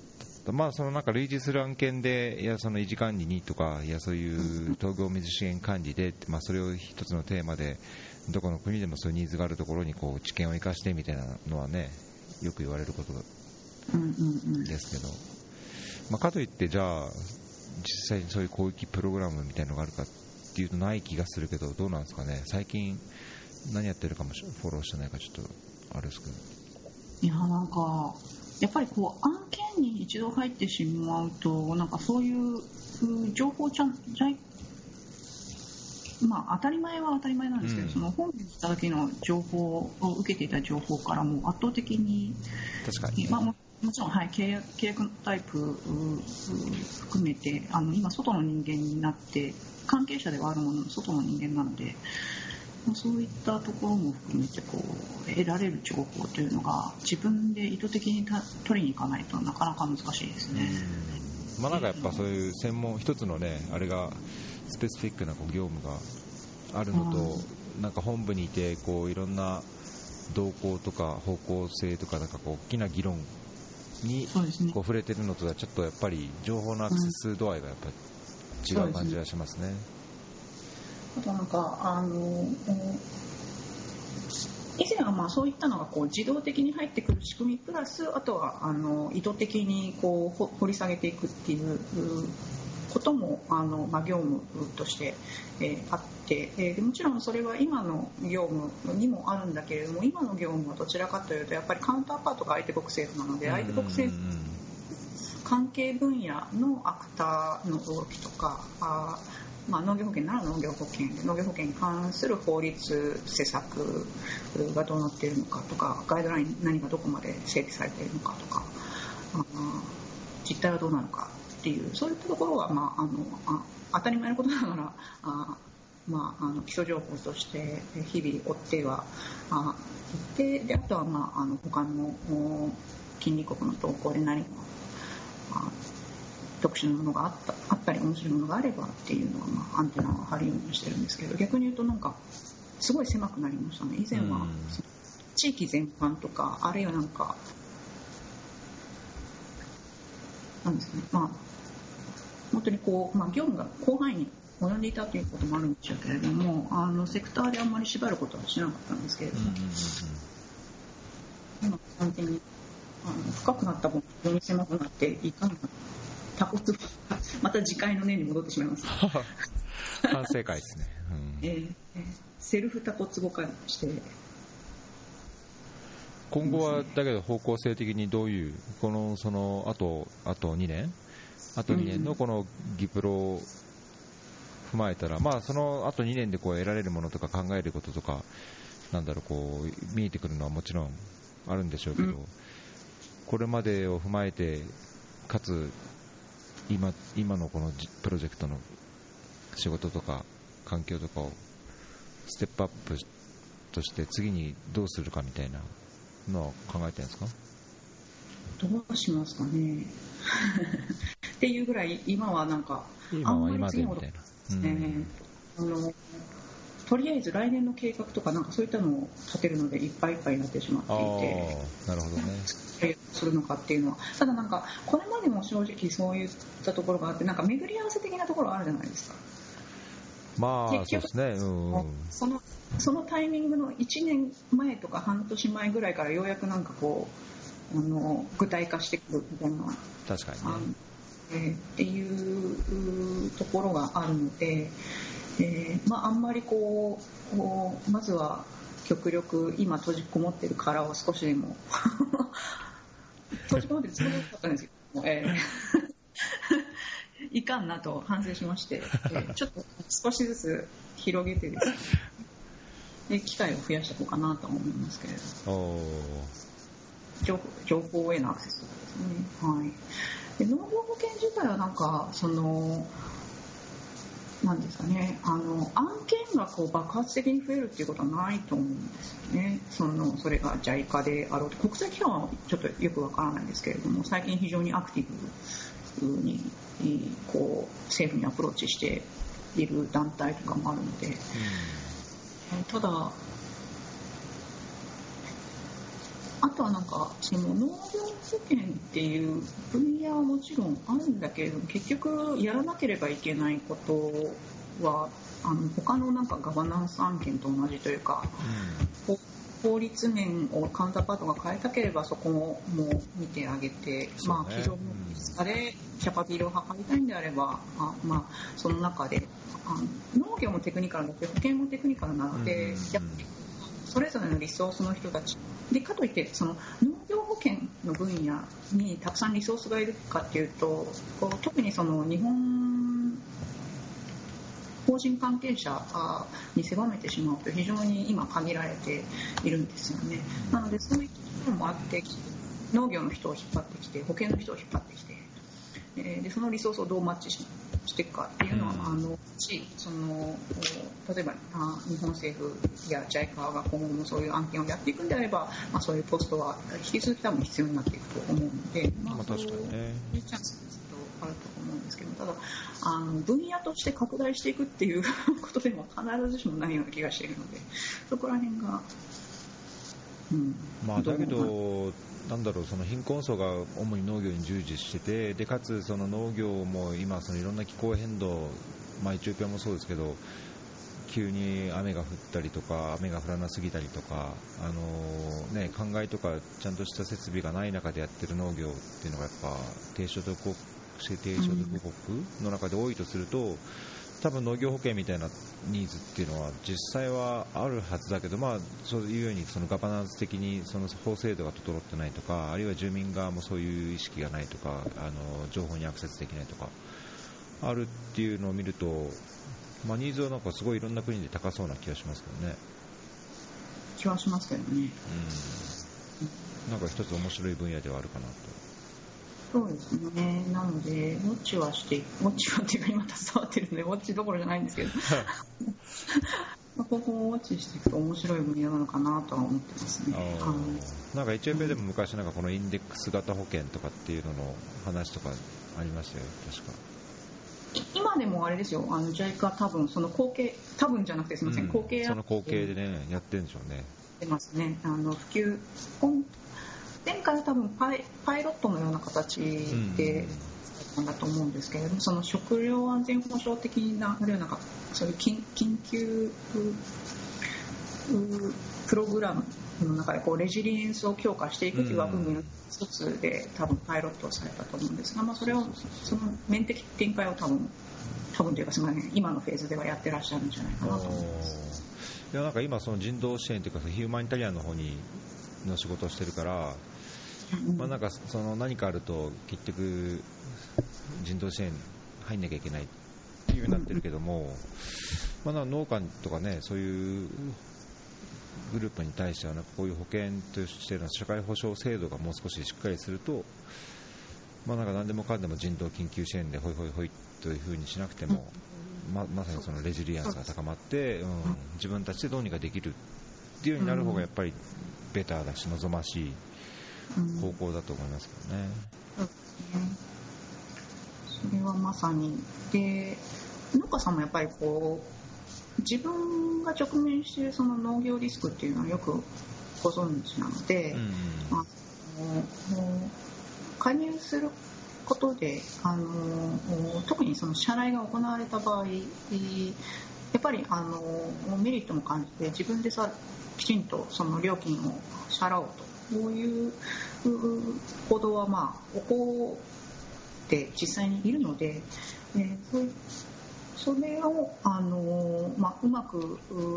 [SPEAKER 1] そのなんか類似する案件で、いやその維持管理にとか、いやそういう東京水資源管理で、それを一つのテーマでどこの国でもそういうニーズがあるところに知見を生かしてみたいなのはね、よく言われることですけど、かといってじゃあ実際にそういう広域プログラムみたいなのがあるかっていうとない気がするけど、どうなんですかね。最近何やってるかもフォローしてないかちょっとあれですけど、
[SPEAKER 2] いやなんかやっぱりこう案件に一度入ってしまうとなんかそういう情報まあ、当たり前は当たり前なんですけど、その本に来た時の情報を受けていた情報からも圧倒的に
[SPEAKER 1] 確かに、
[SPEAKER 2] まあ、もちろん、はい、契約タイプ含めて今外の人間になって関係者ではあるものの外の人間なので、そういったところも含めてこう得られる情報というのが自分で意図的に取りに行かないとなかなか難しいですね。
[SPEAKER 1] まあ、なんかやっぱそういう専門一つのねあれがスペシフィックなこう業務があるのと、なんか本部にいてこういろんな動向とか方向性とかなんかこう大きな議論にこう触れてるのとはちょっとやっぱり情報のアクセス度合いがやっぱ違う感じがしますね。
[SPEAKER 2] あとなんか以前はまあそういったのがこう自動的に入ってくる仕組みプラスあとは意図的にこう掘り下げていくっていうこともまあ、業務として、あって、もちろんそれは今の業務にもあるんだけれども今の業務はどちらかというとやっぱりカウンターパートが相手国政府なので相手国政府関係分野のアクターの動きとかまあ、農業保険なら農業保険で農業保険に関する法律施策がどうなっているのかとかガイドライン何がどこまで整備されているのかとか実態はどうなのかっていうそういったところは、まあ、当たり前のことながらまあ、基礎情報として日々追ってはいてであとは、まあ、他の近隣国の動向で何か特殊なものがあったり面白いものがあればっていうのは、まあ、アンテナを張るようにしてるんですけど逆に言うとなんかすごい狭くなりましたね。以前は地域全般とかあるいはなんかなんですかね、まあ、本当にこう、まあ、業務が広範囲に及んでいたということもあるんでしょうけれどもセクターであんまり縛ることはしなかったんですけれども、今完全に深くなった分非常に狭くなっていかんなタコツボまた次回の年に戻ってしまいます
[SPEAKER 1] 反省会ですね、
[SPEAKER 2] セルフタコツボ化して
[SPEAKER 1] 今後はだけど方向性的にどういうそのあと2年のこのギプロを踏まえたら、まあそのあと2年でこう得られるものとか考えることとかなんだろうこう見えてくるのはもちろんあるんでしょうけど、これまでを踏まえてかつ今のこのプロジェクトの仕事とか環境とかをステップアップとして次にどうするかみたいなのは考えてるんですか？
[SPEAKER 2] どうしますかねっていうぐらい今はなんか
[SPEAKER 1] 今は今でみたいな、
[SPEAKER 2] とりあえず来年の計画とかなんかそういったのを立てるのでいっぱいいっぱいになってしまっていて
[SPEAKER 1] なるほどね
[SPEAKER 2] するのかっていうのはただなんかこれまでも正直そういったところがあってなんか巡り合わせ的なところあるじゃないですか。
[SPEAKER 1] まあそうですね、
[SPEAKER 2] そのタイミングの1年前とか半年前ぐらいからようやくなんかこう具体化してくるみたいな
[SPEAKER 1] 確かにね
[SPEAKER 2] っていうところがあるので、まあ、あんまりこうまずは極力今閉じこもってる殻を少しでも閉じこもってるつもりだったんですけども、いかんなと反省しまして、ちょっと少しずつ広げてですねで機会を増やしていこうかなと思いますけれど情報へのアクセスですね、はい、で農業保険自体はなんかなんですかね案件がこう爆発的に増えるっていうことはないと思うんですよね。それが JICA であろうと国際機関はちょっとよくわからないんですけれども最近非常にアクティブにこう政府にアプローチしている団体とかもあるので、ただあとはなんかその農業保険っていう分野はもちろんあるんだけれども結局やらなければいけないことは他のなんかガバナンス案件と同じというか、法律面をカウンターパートが変えたければそこも見てあげて、まあ、非常に疲れキャパビルを図りたいんであればまあ、その中で農業もテクニカルだけど保険もテクニカルなので、やっぱりそれぞれのリソースの人たちで、かといってその農業保険の分野にたくさんリソースがいるかっていうと、特にその日本法人関係者に狭めてしまうと非常に今限られているんですよね。なのでそういったところもあって、農業の人を引っ張ってきて、保険の人を引っ張ってきて、でそのリソースをどうマッチしていくかっていうのは、例えば日本政府や JICA が今後もそういう案件をやっていくんであれば、そういうポストは引き続き多分必要になっていくと思うので、
[SPEAKER 1] 確かにね、
[SPEAKER 2] そういうチャンスがずっとあると思うんですけど、ただ分野として拡大していくっていうことでも必ずしもないような気がしているので、そこら辺が、
[SPEAKER 1] だけどなんだろう、その貧困層が主に農業に従事してて、でかつその農業も今そのいろんな気候変動、エチオピアもそうですけど、急に雨が降ったりとか雨が降らなすぎたりとか、灌漑とかちゃんとした設備がない中でやってる農業っていうのがやっぱ低所得国の中で多いとすると、多分農業保険みたいなニーズっていうのは実際はあるはずだけど、そういうようにそのガバナンス的にその法制度が整ってないとか、あるいは住民側もそういう意識がないとか、情報にアクセスできないとかあるっていうのを見ると、ニーズはなんかすごいいろんな国で高そうな気がしますけどね。
[SPEAKER 2] 気はしますけどね。
[SPEAKER 1] なんか一つ面白い分野ではあるかなと。
[SPEAKER 2] そうですね。なのでウォッチはっていうか今携わってるのでウォッチどころじゃないんですけどここをウォッチしていくと面白い分野なのかなとは思ってますね。
[SPEAKER 1] なんかエチオピアでも昔なんかこのインデックス型保険とかっていうのの話とかありましたよ、確か。
[SPEAKER 2] 今でもあれですよ、JICA 多分その後継、多分じゃなくてすみません、後継
[SPEAKER 1] その後継でねやってるんでしょうね。
[SPEAKER 2] 出ますね。普及前回は多分パイロットのような形でなんだと思うんですけれども、その食料安全保障的なあるいはなんかそういう緊急プログラムの中でレジリエンスを強化していくという枠組みの一つで多分パイロットをされたと思うんですが、それをその面的展開を多分というかすみません、今のフェーズではやってらっしゃるんじゃないかなと思います。
[SPEAKER 1] いや、なんか今その人道支援というかヒューマニタリアンの方の仕事をしてるから、なんかその何かあると結局人道支援入んなきゃいけないっていうようになってるけども、農家とかね、そういうグループに対してはなんかこういう保険としての社会保障制度がもう少ししっかりすると、なんか何でもかんでも人道緊急支援でホイホイホイという風にしなくても、まさにそのレジリエンスが高まって、自分たちでどうにかできるっていうようになる方がやっぱりベターだし望ましい方向だと思いますけどね。
[SPEAKER 2] そうですね。それはまさにで、農家さんもやっぱり自分が直面しているその農業リスクっていうのはよくご存知なので、加入することで特にその支払いが行われた場合、やっぱりメリットも感じて自分できちんとその料金を支払おうと、こういう行動は起こって実際にいるので、それをうまく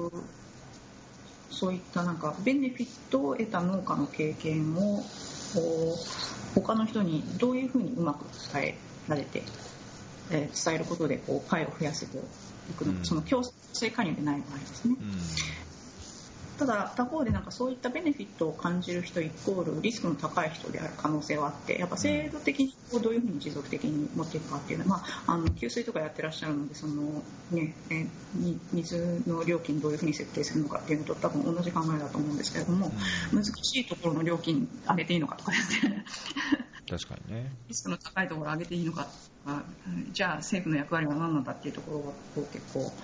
[SPEAKER 2] そういったなんかベネフィットを得た農家の経験を他の人にどういうふうにうまく伝えられて、伝えることでパイを増やせていくのか、その強制加入でない場合ですね。ただ他方でなんかそういったベネフィットを感じる人イコールリスクの高い人である可能性はあって、やっぱ制度的にどういうふうに持続的に持っていくかっていうのは、給水とかやってらっしゃるので、その水の料金どういうふうに設定するのかっていうのと多分同じ考えだと思うんですけれども、難しいところの料金上げていいのかとかですね
[SPEAKER 1] 確かにね、
[SPEAKER 2] リスクの高いところを上げていいのかとか、じゃあ政府の役割は何なんだっていうところを結構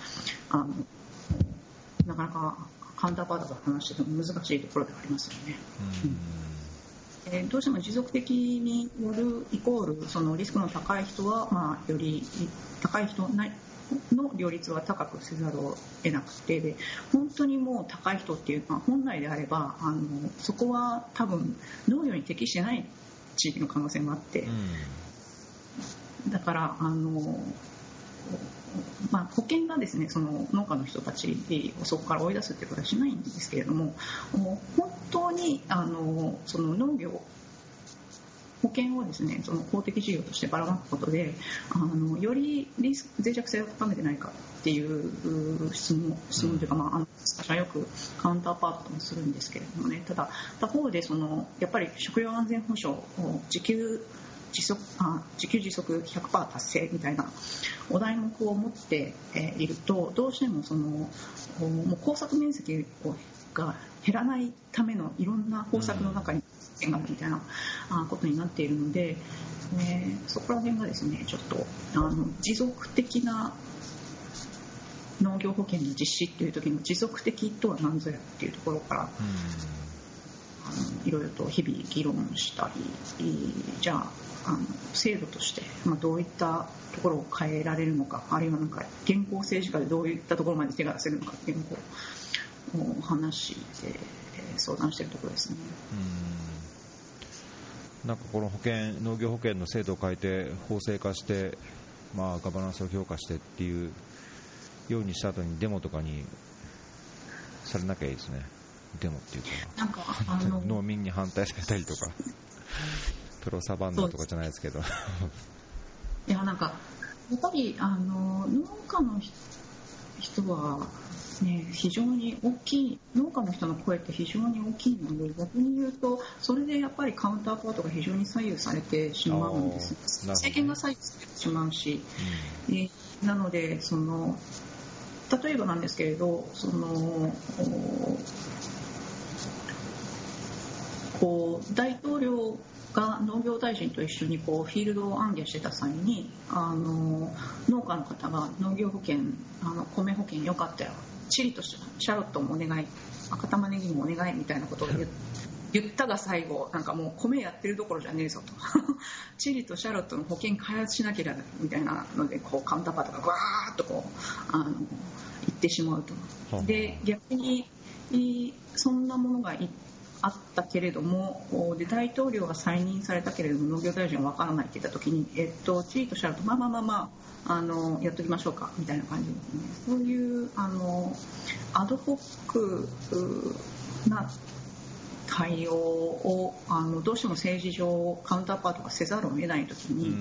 [SPEAKER 2] なかなかカウンターパートと話してても難しいところではありますよね。どうしても持続的によるイコールそのリスクの高い人は、より高い人の両立は高くせざるを得なくて、で本当にもう高い人っていうのは本来であればそこは多分農業に適してない地域の可能性もあって、だから保険がですねその農家の人たちをそこから追い出すっていうことはしないんですけれども、本当にその農業保険をですねその公的事業としてばらまくことでより脆弱性を高めてないかっていう質問というか、私はよくカウンターパートもするんですけれどもね、ただ他方でやっぱり食料安全保障自給自足 100% 達成みたいなお題目を持っていると、どうしてももう耕作面積が減らないためのいろんな方策の中にがあるみたいなことになっているので、そこら辺がですねちょっと持続的な農業保険の実施っていう時の持続的とは何ぞやっていうところからいろいろと日々議論したり、じゃあ制度として、どういったところを変えられるのか、あるいはなんか現行政治家でどういったところまで手が出せるのかっていうのを話で相談しているところですね。
[SPEAKER 1] なんかこの農業保険の制度を変えて法制化して、ガバナンスを強化してっていうようにした後にデモとかにされなきゃいいですね。デモっていうか
[SPEAKER 2] なんか
[SPEAKER 1] 農民に反対されたりとかプロサバンナとかじゃないですけど
[SPEAKER 2] いやなんかやっぱり農家の人はね、非常に大きい、農家の人の声って非常に大きいので、逆に言うとそれでやっぱりカウンターパートが非常に左右されてしまうんです。政権が左右されてしまうし、なので例えばなんですけれど大統領が農業大臣と一緒にフィールドを行脚してた際に農家の方が農業保険米保険よかったよ、チリとシャロットもお願い、赤玉ねぎもお願いみたいなことを言ったが最後なんかもう米やってるどころじゃねえぞとチリとシャロットの保険開発しなきゃみたいなのでカウンターパートがわーっと言ってしまうと。で逆にそんなものがあったけれどもで大統領が再任されたけれども農業大臣は分からないって言った時に、チリとシャロットやっときましょうかみたいな感じですね。そういうアドホックな対応をどうしても政治上カウンターパートがせざるを得ないときに、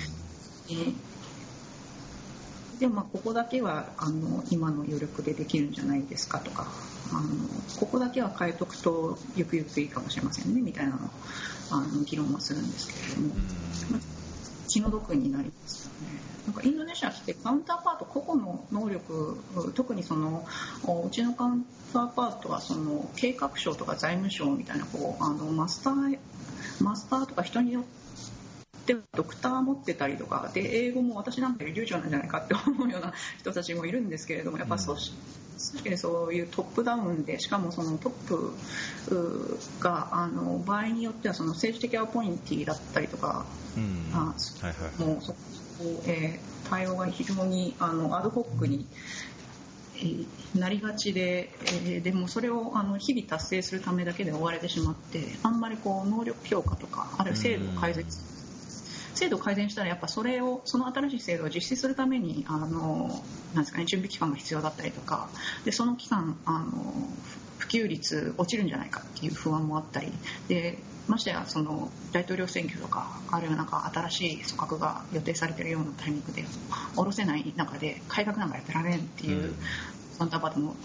[SPEAKER 2] でここだけは今の余力でできるんじゃないですかとかここだけは変えとくとゆくゆくいいかもしれませんねみたいなのを議論はするんですけれども、気の毒になりますよね。なんかインドネシアってカウンターパート個々の能力、特にうちのカウンターパートは計画省とか財務省みたいなマスターとか人によってドクター持ってたりとかで英語も私なんかより流暢なんじゃないかって思うような人たちもいるんですけれども、やっぱそういうトップダウンでしかもトップが場合によっては政治的アポインティだったりとか、もう対応が非常にアドホックになりがちで、でもそれを日々達成するためだけで終われてしまって、あんまり能力強化とかあるいは制度を改善したらやっぱその新しい制度を実施するためになんですかね、準備期間が必要だったりとかで、その期間普及率落ちるんじゃないかっていう不安もあったりで、ましてや大統領選挙とかあるいはなんか新しい組閣が予定されているようなタイミングで下ろせない中で改革なんかやってられんっていうカウンターパートも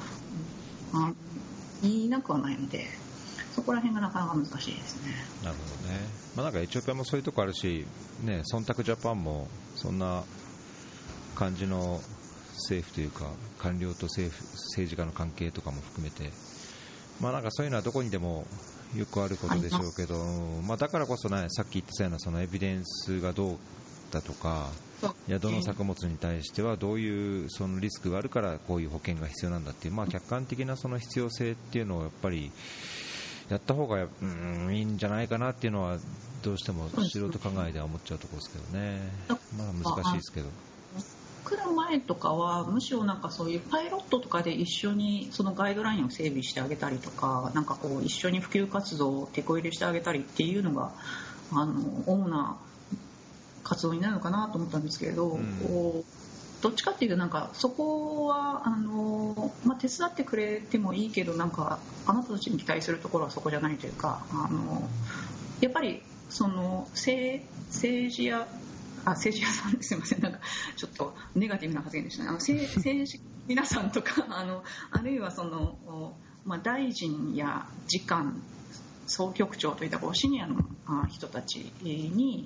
[SPEAKER 2] 言いなくはないので、そこら辺がなかなか難しいですね。
[SPEAKER 1] なるほどね。なんかエチオピアもそういうとこあるし、ね、忖度ジャパンもそんな感じの政府というか官僚と政治家の関係とかも含めて、なんかそういうのはどこにでもよくあることでしょうけど、だからこそね、さっき言ってたようなエビデンスがどうだとか、いやどの作物に対してはどういうリスクがあるからこういう保険が必要なんだっていう、客観的な必要性っていうのをやっぱりやった方がいいんじゃないかなっていうのはどうしても素人考えでは思っちゃうところですけどね。難しいですけど。
[SPEAKER 2] 来る前とかはむしろなんかそういうパイロットとかで一緒にそのガイドラインを整備してあげたりとか、なんか一緒に普及活動を手こ入れしてあげたりっていうのが主な活動になるのかなと思ったんですけれど、 どっちかっていうとなんかそこは手伝ってくれてもいいけど、なんかあなたたちに期待するところはそこじゃないというか、やっぱりその政治家さん、すいません、なんかちょっとネガティブな発言でしたね。政治皆さんとかあるいはその、大臣や次官総局長といったシニアの人たちに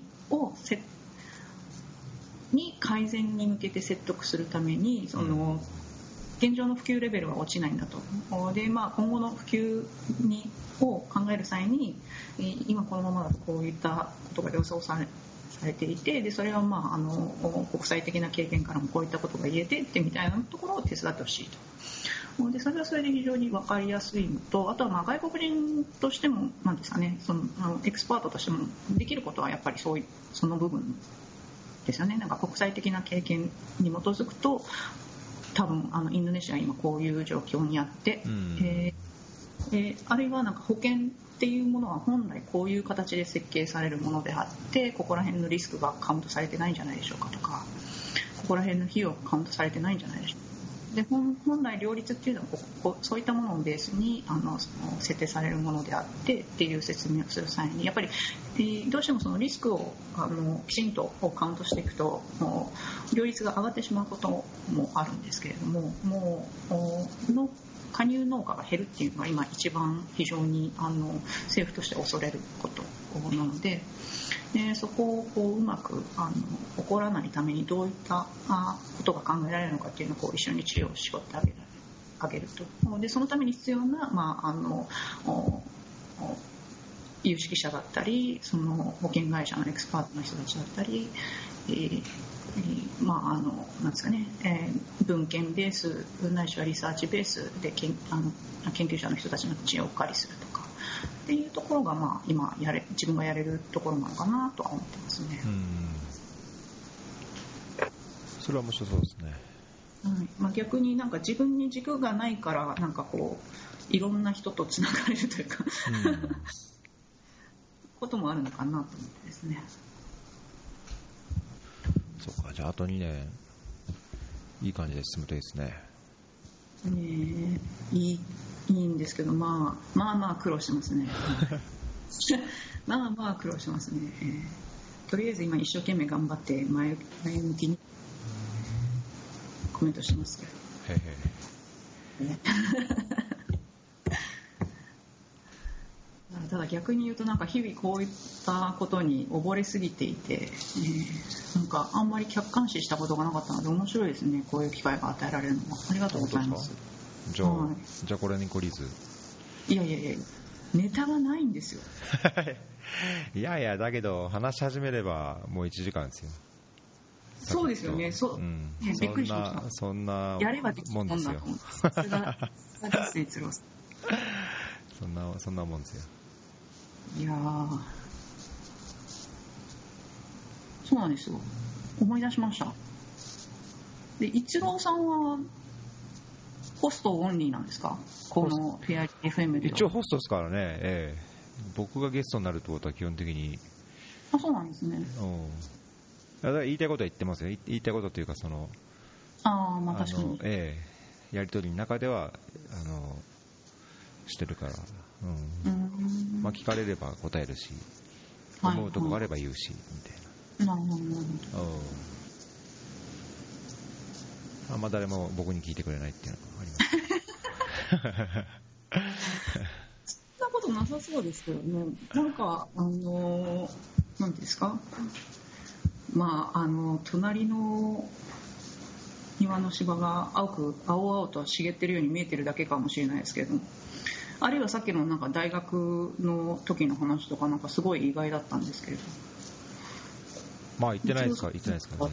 [SPEAKER 2] 改善に向けて説得するために、その現状の普及レベルは落ちないんだと。で、今後の普及を考える際に、今このままだとこういったことが予想されていて、でそれは国際的な経験からもこういったことが言えてってみたいなところを手伝ってほしいと。でそれはそれで非常に分かりやすいのと、あとは外国人としてもなんですかね、そのエクスパートとしてもできることはやっぱりその部分ですよね。なんか国際的な経験に基づくと、多分インドネシアは今こういう状況にあって、あるいはなんか保険っていうものは本来こういう形で設計されるものであって、ここら辺のリスクがカウントされてないんじゃないでしょうかとか、ここら辺の費用がカウントされてないんじゃないでしょうか。で本来両立っていうのはそういったものをベースに設定されるものであってっていう説明をする際に、やっぱりどうしてもそのリスクをきちんとカウントしていくと両立が上がってしまうこともあるんですけれども、もう加入農家が減るっていうのが今一番非常に政府として恐れることなので、そこをうまく起こらないためにどういったことが考えられるのかっていうのを一緒に知恵を絞ってあげると。でそのために必要な、有識者だったり、その保険会社のエクスパートの人たちだったり、なんですかね、文献ベースないしはリサーチベースで研究者の人たちの知恵をお借りするとかっていうところが、今自分がやれるところなのかなとは思ってますね。
[SPEAKER 1] それは面白そうですね。
[SPEAKER 2] 逆になんか自分に軸がないからなんかいろんな人とつながれるというかこともあるのかなと思ってですね。
[SPEAKER 1] そうか、じゃああと2年いい感じで進むといいですね。
[SPEAKER 2] いいんですけど、まあ苦労してますねまあ苦労してますね。とりあえず今一生懸命頑張って前向きにコメントしてますけどただ逆に言うとなんか日々こういったことに溺れすぎていて、なんかあんまり客観視したことがなかったので面白いですね。こういう機会が与えられるのはありがとうございます。
[SPEAKER 1] じゃあこれに懲りず。
[SPEAKER 2] いやネタがないんですよ
[SPEAKER 1] いやだけど話し始めればもう1時間ですよ。
[SPEAKER 2] そうですよね。びっくりしました。
[SPEAKER 1] そんな
[SPEAKER 2] やればできるもんだと思って。それがですね、鶴尾さん。
[SPEAKER 1] そんなもんですよ。
[SPEAKER 2] いやそうなんですよ。思い出しました。で、一郎さんはホストオンリーなんですか？このフェアリー FM では。
[SPEAKER 1] 一応ホストですからね、僕がゲストになるってことは基本的に。
[SPEAKER 2] そうなんですね。
[SPEAKER 1] だから言いたいことは言ってますよ。言いたいことというか確
[SPEAKER 2] かに。
[SPEAKER 1] やり取りの中ではしてるから、聞かれれば答えるし、思うとこがあれば言うし、みたいな。誰も僕に聞いてくれないっていうのがあります。
[SPEAKER 2] そんなことなさそうですけどね。なんかなんですか。隣の庭の芝が青々と茂ってるように見えてるだけかもしれないですけど、あるいはさっきのなんか大学の時の話とかなんかすごい意外だったんですけれど。
[SPEAKER 1] 言ってないですかね。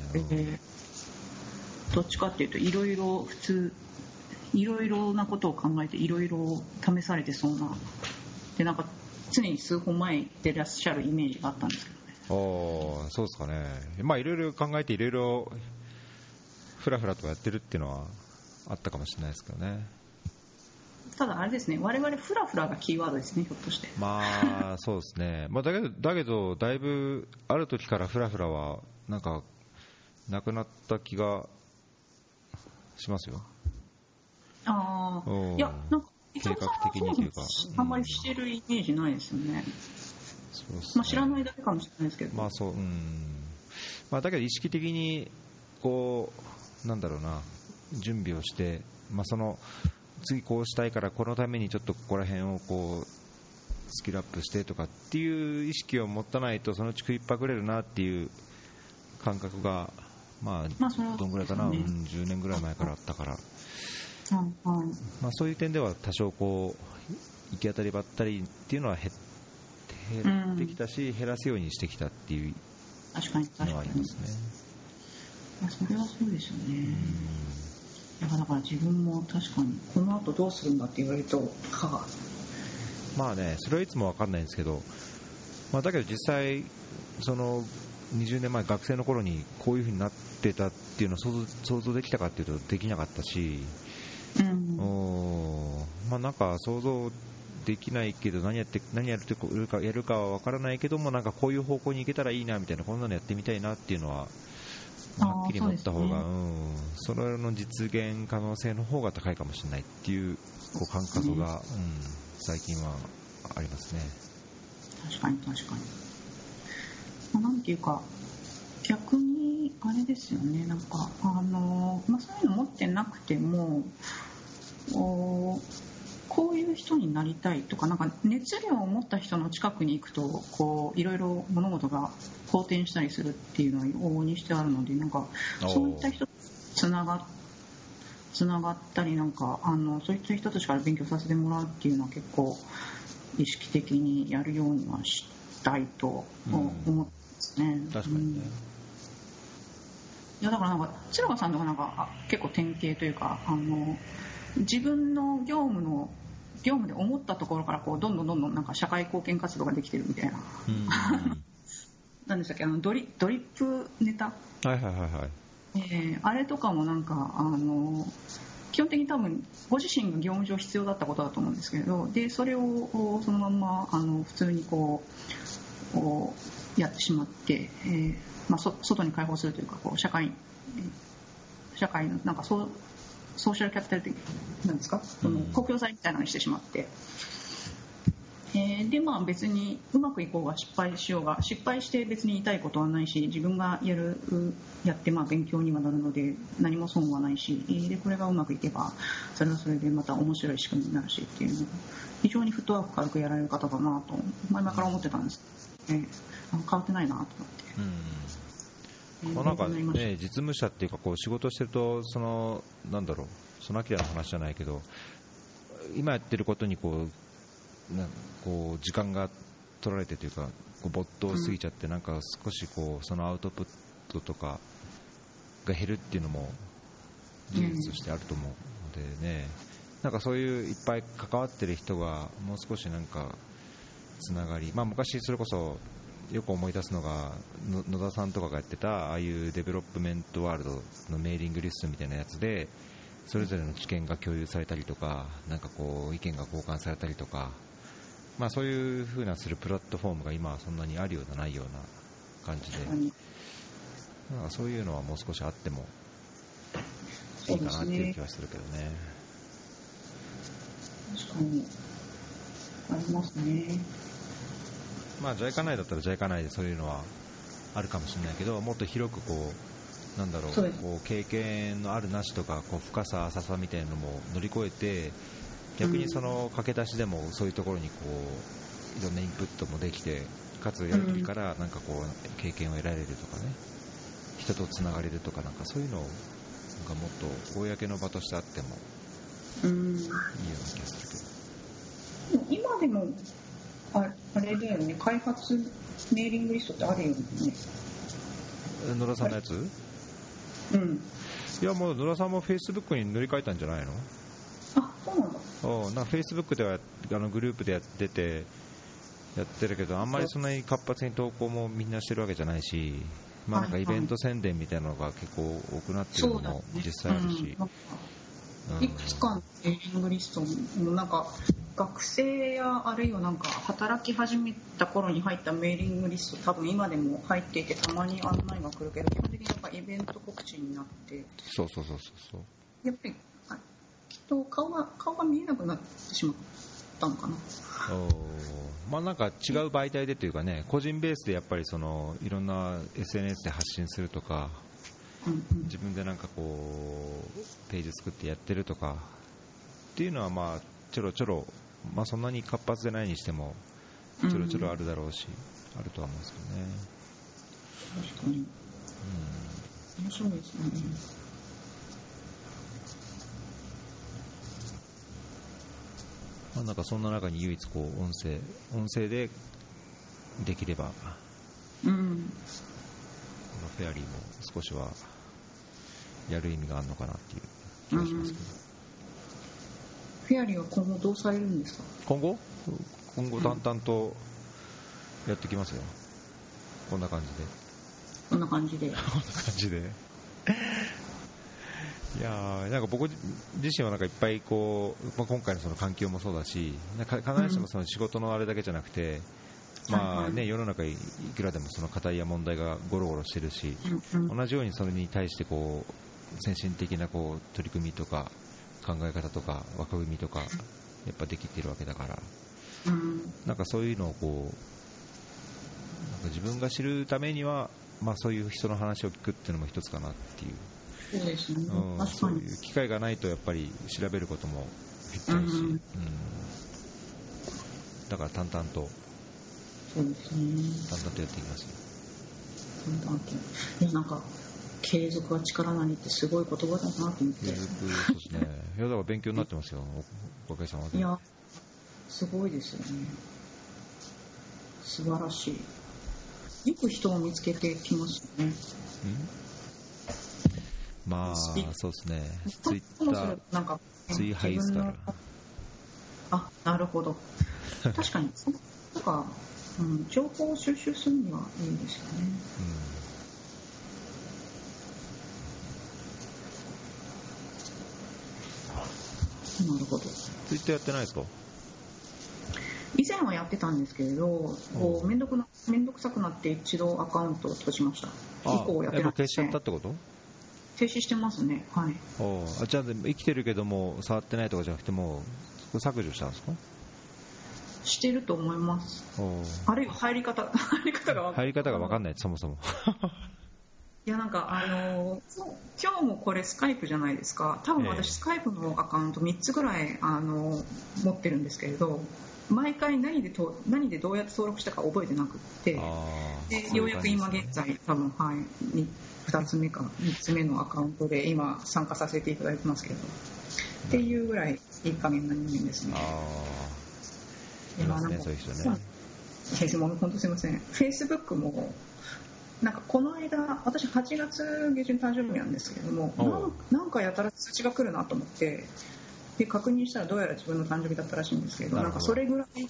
[SPEAKER 2] どっちかっていうといろいろなことを考えていろいろ試されてそうなで、なんか常に数本前でいらっしゃるイメージがあったんですけどね。
[SPEAKER 1] そうですかね。いろいろ考えていろいろフラフラとやってるっていうのはあったかもしれないですけどね。
[SPEAKER 2] ただあれですね、我々フラフラがキーワードですね、ひょっとして。
[SPEAKER 1] そうですね。だけどだいぶある時からフラフラはなんかなくなった気がしますよ。
[SPEAKER 2] ああ、いやなんか
[SPEAKER 1] 計画的にというか、
[SPEAKER 2] あんまりしてるイメージないですよね。そうですね。まあ、知らないだけかもしれないですけど。
[SPEAKER 1] まあそう、まあ、だけど意識的にこうなんだろうな、準備をして、まあ、その次こうしたいからこのためにちょっとここら辺をこうスキルアップしてとかっていう意識を持たないとそのうち食いっぱぐれるなっていう感覚が、まあどんぐらいかな、10年ぐらい前からあったから、まあ、そういう点では多少こう行き当たりばったりっていうのは減ってきたし、減らすようにしてきたっていうのはありますね。
[SPEAKER 2] それはそうですよね。だから自分も確かにこの後どうするんだって言われると
[SPEAKER 1] まあね、それはいつも分かんないんですけど、まあ、だけど実際その20年前学生の頃にこういう風になってたっていうのを想像できたかっていうとできなかったし、まあ、なんか想像できないけど何やるかは分からないけども、なんかこういう方向に行けたらいいなみたいな、こんなのやってみたいなっていうのははっきり持った方が、それの実現可能性の方が高いかもしれないっていうこう感覚が、最近はありますね。
[SPEAKER 2] 確かに。まあ、なんていうか逆にあれですよね、なんかまあ、そういうの持ってなくてもこういう人になりたいとか、なんか熱量を持った人の近くに行くとこういろいろ物事が好転したりするっていうのは往々にしてあるので、なんかそういった人とつながったり、なんかそういった人たちから勉強させてもらうっていうのは結構意識的にやるようにはしたいと思ってますね。
[SPEAKER 1] 確かにね。
[SPEAKER 2] いやだからなんか鶴賀さんとかなんか結構典型というか、自分の業務で思ったところからこうどんどんなんか社会貢献活動ができてるみたいな、何でしたっけ、ドリップネタ、あれとかもなんか基本的に多分ご自身が業務上必要だったことだと思うんですけれど、でそれをそのまんま普通にこうやってしまって、まあ、外に解放するというか、こう社会のなんかソーシャルキャピタル的なんですか、公共財みたいなのにしてしまって、でまあ別にうまくいこうが失敗しようが、失敗して別に痛いことはないし、自分がやってまあ勉強にはなるので何も損はないし、でこれがうまくいけばそれはそれでまた面白い仕組みになるしっていうのを非常にフットワーク軽くやられる方だなと前々から思ってたんです、変わってないなと思って。
[SPEAKER 1] なんかね、実務者っていうかこう仕事してるとなんだろう、そのアキラの話じゃないけど、今やってることにこう時間が取られてというかこう没頭しすぎちゃって、なんか少しこうそのアウトプットとかが減るっていうのも事実としてあると思うのでね、なんかそういういっぱい関わってる人がもう少しなんかつながり、まあ昔それこそよく思い出すのが野田さんとかがやってたああいうデベロップメントワールドのメーリングリストみたいなやつでそれぞれの知見が共有されたりとか、なんかこう意見が交換されたりとか、まあそういう風なするプラットフォームが今はそんなにあるようなないような感じで、なんかそういうのはもう少しあってもいいかなっていう気はするけどね。
[SPEAKER 2] 確かにありますね。
[SPEAKER 1] まあ JICA 内だったら JICA 内でそういうのはあるかもしれないけど、もっと広くこうなんだろう、こう経験のあるなしとかこう深さ浅さみたいなのも乗り越えて、逆にその駆け出しでもそういうところにこういろんなインプットもできて、かつやるときからなんかこう経験を得られるとかね、人とつながれるとか、なんかそういうのがもっと公の場としてあってもいいような気がするけど。
[SPEAKER 2] 今でもあれだよね、開発メーリングリストってあるよね。
[SPEAKER 1] 野田さんのやつ？いやもう野田さんもフェイスブックに塗り替えたんじゃないの？
[SPEAKER 2] あ、そうなんだ。
[SPEAKER 1] フェイスブックではグループでやってるけど、あんまりそんなに活発に投稿もみんなしてるわけじゃないし、まあなんかイベント宣伝みたいなのが結構多くなってるのも実際あるし、
[SPEAKER 2] いくつかのメーリングリストもなんか学生やあるいはなんか働き始めた頃に入ったメーリングリスト多分今でも入っていて、たまに案内が来るけど基本的にやっぱイベント告知になって、
[SPEAKER 1] そう
[SPEAKER 2] やっぱりきっと顔が見えなくなってしまったのかな。
[SPEAKER 1] まあ、なんか違う媒体でというかね、個人ベースでやっぱりそのいろんな SNS で発信するとか、自分でなんかこうページ作ってやってるとかっていうのはまあちょろちょろ、まあ、そんなに活発でないにしてもちょろちょろあるだろうし、あるとは思うんですけどね。
[SPEAKER 2] 確かに、面白いですね。
[SPEAKER 1] まあ、なんかそんな中に唯一こう音声でできれば、フェアリーも少しはやる意味があるのかなっていう気がしますけど、
[SPEAKER 2] フェアリーは今後どうされるんですか？
[SPEAKER 1] 今後淡々とやってきますよ。こんな感じで
[SPEAKER 2] こんな感じで
[SPEAKER 1] いやー、なんか僕自身はなんかいっぱいこう、まあ、今回のその環境もそうだし、必ずしもその仕事のあれだけじゃなくて、まあね、世の中いくらでもその課題や問題がゴロゴロしてるし、同じようにそれに対してこう先進的なこう取り組みとか考え方とか枠組みとかやっぱできているわけだから、なんかそういうのをこうなんか自分が知るためには、まあ、そういう人の話を聞くっていうのも一つかなっていう。
[SPEAKER 2] そうですね、
[SPEAKER 1] そういう機会がないとやっぱり調べることも減っちゃうし、だから淡々と
[SPEAKER 2] そうですね、
[SPEAKER 1] 淡々とやっていきますよ。
[SPEAKER 2] 淡々と。いや、なんか継続は力なりってすごい言葉だなと思って。
[SPEAKER 1] 継続、そうですね。いやだから勉強になってますよ、おかげさまで。
[SPEAKER 2] いや、すごいですよね。素晴らしい。よく人を見つけてきますよね。
[SPEAKER 1] まあそうですね。ツイッター、ツイハイですから。
[SPEAKER 2] あ、なるほど。確かになんか、情報を収集するにはいいですよね。なるほど。
[SPEAKER 1] ツイッターやってないですか？
[SPEAKER 2] 以前はやってたんですけれど、めんどくさくなって一度アカウントを閉じました。以降やってなくて。
[SPEAKER 1] 消しちゃったってこと？
[SPEAKER 2] 停止してますね。はい。
[SPEAKER 1] じゃあ生きてるけども触ってないとかじゃなくてもう削除したんですか？
[SPEAKER 2] してると思います。あるいは入り方が分
[SPEAKER 1] かんない、そもそも。
[SPEAKER 2] いや、なんか今日もこれスカイプじゃないですか。多分私スカイプのアカウント3つぐらい持ってるんですけれど、毎回何でどうやって登録したか覚えてなくって、でようやく今現在多分、2つ目か3つ目のアカウントで今参加させていただいてますけど、っていうぐらいいい加減な人間ですね。
[SPEAKER 1] いますね、そういう人ね。
[SPEAKER 2] 本当すいません。Facebook もなんかこの間、私8月下旬誕生日なんですけれども、なんかやたら通知が来るなと思ってで確認したらどうやら自分の誕生日だったらしいんですけど、なんかそれぐらい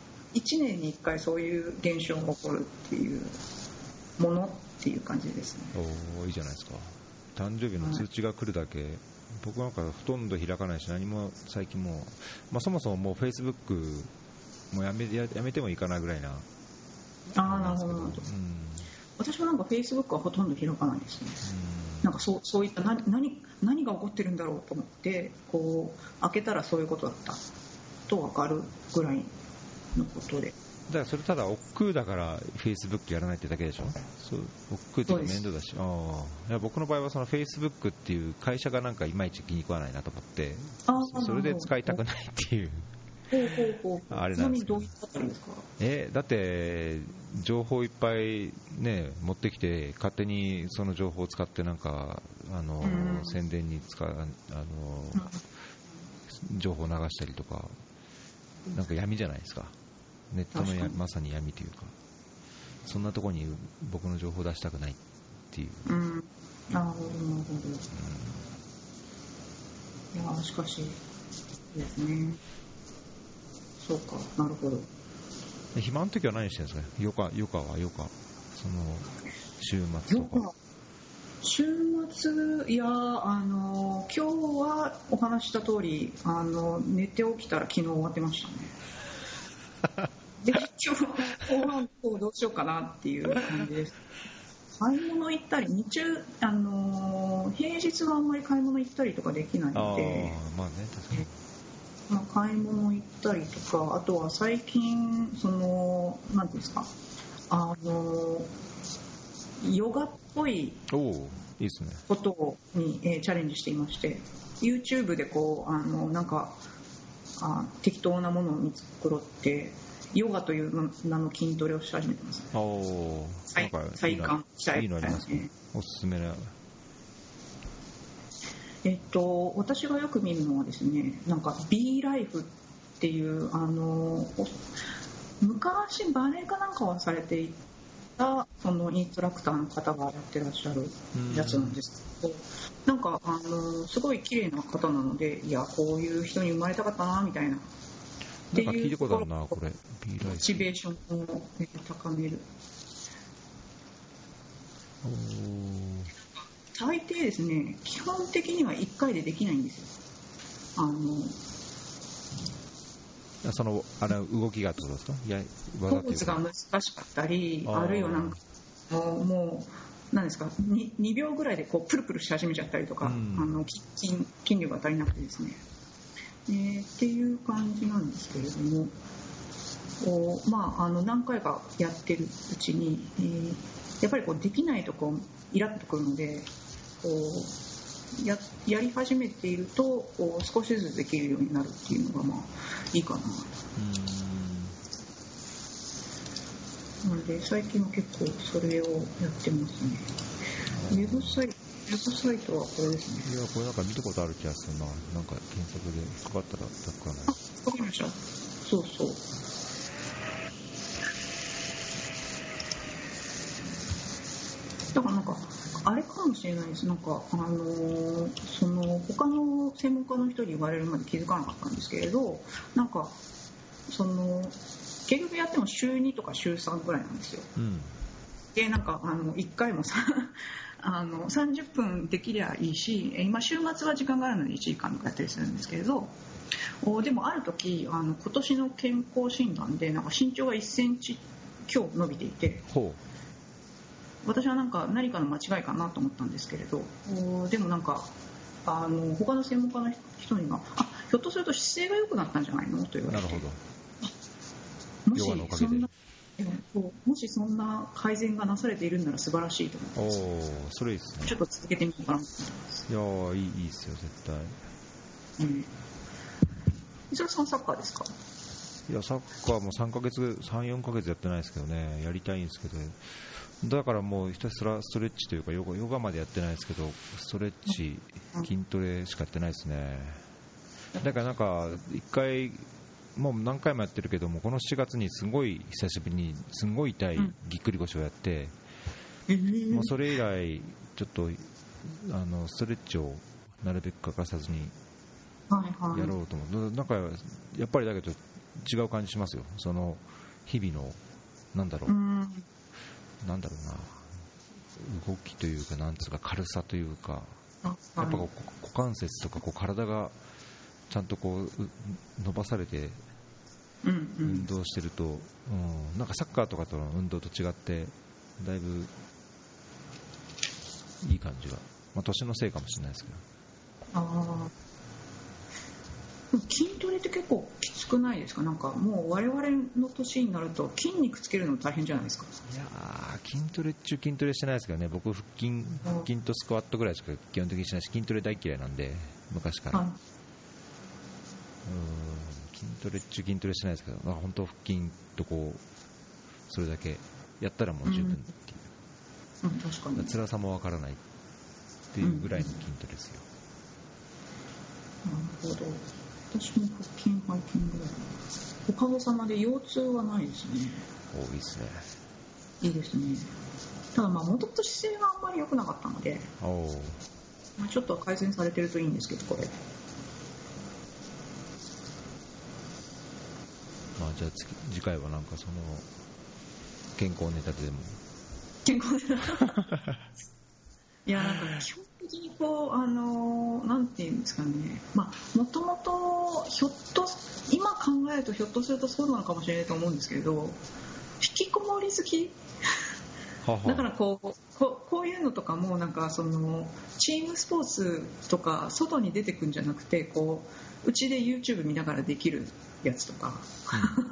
[SPEAKER 2] 1年に1回そういう現象が起こるっていうものっていう感じですね。
[SPEAKER 1] いいじゃないですか。誕生日の通知が来るだけ、僕なんかほとんど開かないし何も最近もう、そもそももう Facebook もうやめてもいいかなぐらいな。
[SPEAKER 2] なるほど。私もなんか Facebook はほとんど開かないですね。なんかそういった何が起こってるんだろうと思ってこう開けたらそういうことだったと分かるぐらいのことで。
[SPEAKER 1] だからそれただ億劫だから Facebook やらないってだけでしょ。そう億劫っていうか面倒だし。いや僕の場合はその Facebook っていう会社がなんかいまいち気に食わないなと思ってそれで使いたくないっていうあれなんですけど。だって情報いっぱいね持ってきて勝手にその情報を使ってなんか宣伝に情報を流したりとかなんか闇じゃないですか。ネットのまさに闇というかそんなところに僕の情報を出したくないっていう。
[SPEAKER 2] なるほど。いやしかしですね。そうか、なるほど。
[SPEAKER 1] 暇の時は何してるんですか？余暇その週末とか。
[SPEAKER 2] 週末、いや今日はお話した通り寝て起きたら昨日終わってましたね。で今日後半どうしようかなっていう感じです。 買い物行ったり日中、平日はあんまり買い物行ったりとかできないので、
[SPEAKER 1] まあね、確かに。
[SPEAKER 2] 買い物行ったりとか、あとは最近何ていうんですか、ヨガっぽい
[SPEAKER 1] いいですね。
[SPEAKER 2] ことに、チャレンジしていまして、 YouTube でこうなんか適当なものを見繕ってヨガという名の筋トレをし始めてます。
[SPEAKER 1] なんか
[SPEAKER 2] 体幹
[SPEAKER 1] いいのありますか？おすすめな。
[SPEAKER 2] 私がよく見るのはですね、なんか B ライフっていう昔バレエかなんかはされていたそのインストラクターの方がやってらっしゃるやつなんですけど、なんかすごい綺麗な方なので、いやこういう人に生まれたかったなみたいな、
[SPEAKER 1] なんか聞いたことあるなこれ。 B ライフ、
[SPEAKER 2] モチベーションを高める。大抵ですね、基本的には1回でできないんですよ。
[SPEAKER 1] その動きがってことですか？
[SPEAKER 2] ポーズが難しかったり、あるいはなんかもう何ですか、2秒ぐらいでこうプルプルし始めちゃったりとか、筋力が足りなくてですね、っていう感じなんですけれども、何回かやってるうちに、やっぱりこうできないとこうイラッとくるので、こう やり始めていると少しずつできるようになるっていうのがいいかな。なので最近は結構それをやってますね。ウェブサイトはこれですね。
[SPEAKER 1] いや、これなんか見たことある気がするな。なんか検索で引っかかったら叩かない。
[SPEAKER 2] わかりました。そうそう。だからなんかあれかもしれないです。なんか他の専門家の人に言われるまで気づかなかったんですけれど、なんか結局やっても週2とか週3ぐらいなんですよ。でなんか1回も30分できりゃいいし、今週末は時間があるので1時間とかやったりするんですけれど、でもある時今年の健康診断でなんか身長が1センチ強伸びていて、私はなんか何かの間違いかなと思ったんですけれど、でもなんか他の専門家の人にはひょっとすると姿勢が良くなったんじゃないのと言われて。なるほど。もしそんな改善がなされているんなら素晴らしいと思います。
[SPEAKER 1] それいいですね。
[SPEAKER 2] ちょっと続けてみようかなと思います。
[SPEAKER 1] いやいいですよ絶対。
[SPEAKER 2] 磯田さんサッカーですか？
[SPEAKER 1] いやサッカーも3、4ヶ月やってないですけどね、やりたいんですけど、だからもうひたすらストレッチというかヨガまでやってないですけど、ストレッチ筋トレしかやってないですね。だからなんか一回もう何回もやってるけども、この7月にすごい久しぶりにすごい痛いぎっくり腰をやって、もうそれ以来ちょっとストレッチをなるべく欠かさずにやろうと思う。なんかやっぱりだけど違う感じしますよ。その日々のなんだろうな、動きというかなんつうか軽さというか、やっぱ股関節とかこう体がちゃんとこう伸ばされて運動してると、なんかサッカーとかとの運動と違ってだいぶいい感じが、年のせいかもしれないですけど。
[SPEAKER 2] 筋トレって結構きつくないですか？なんかもう我々の年になると筋肉つけるの大変じゃないですか？
[SPEAKER 1] いや筋トレしてないですけどね。僕腹筋とスクワットぐらいしか基本的にしないし、筋トレ大嫌いなんで昔から、筋トレしてないですけど、本当腹筋とこうそれだけやったらもう十分っていう、
[SPEAKER 2] 確かに
[SPEAKER 1] 辛さもわからないっていうぐらいの筋トレですよ。
[SPEAKER 2] なるほど。私も腹筋背筋ぐらい。おかげさまで腰痛はないですね。
[SPEAKER 1] いいですね。
[SPEAKER 2] いいですね。ただもともと姿勢があんまり良くなかったので、ちょっとは改善されてるといいんですけど、これ。
[SPEAKER 1] じゃあ次回はなんかその健康ネタでも。
[SPEAKER 2] 健康ネタ。いやなんか基本的にこうなんていうんですかね、もともと今考えるとひょっとするとそうなのかもしれないと思うんですけど、引きこもり好きだからこういうのとかもなんかそのチームスポーツとか外に出てくんじゃなくてこうちで YouTube 見ながらできるやつとか、うん、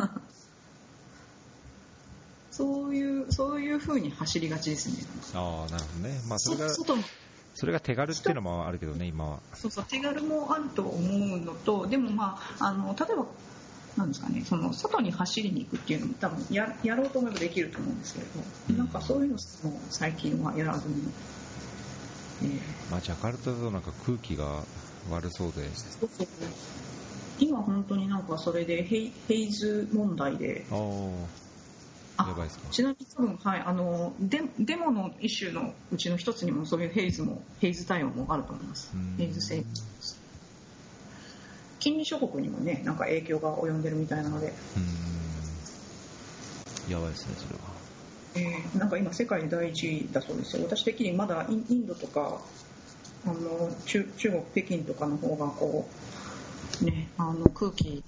[SPEAKER 2] そういう風に走りがちですね。
[SPEAKER 1] ああ、なるほどね。まあそれが手軽っていうのもあるけどね、今は。
[SPEAKER 2] そう手軽もあると思うのと、でもまあ例えばなんですかね、その外に走りに行くっていうのも多分 やろうと思えばできると思うんですけれど、うん、なんかそういうのも最近はやらずに、
[SPEAKER 1] まあ、ジャカルタだとなんか空気が悪そうで、
[SPEAKER 2] そう今本当になんかそれでヘイズ問題で、やばいですか。ちなみに多分、はい、デモの一種のうちの一つにもそういうヘイズ対応もあると思います。ヘイズ制御近隣諸国にもね、なんか影響が及んでるみたいなので、
[SPEAKER 1] やばいですね、それは。
[SPEAKER 2] なんか今世界第一位だそうですよ。私的にまだインドとか中国北京とかの方がこうね、空気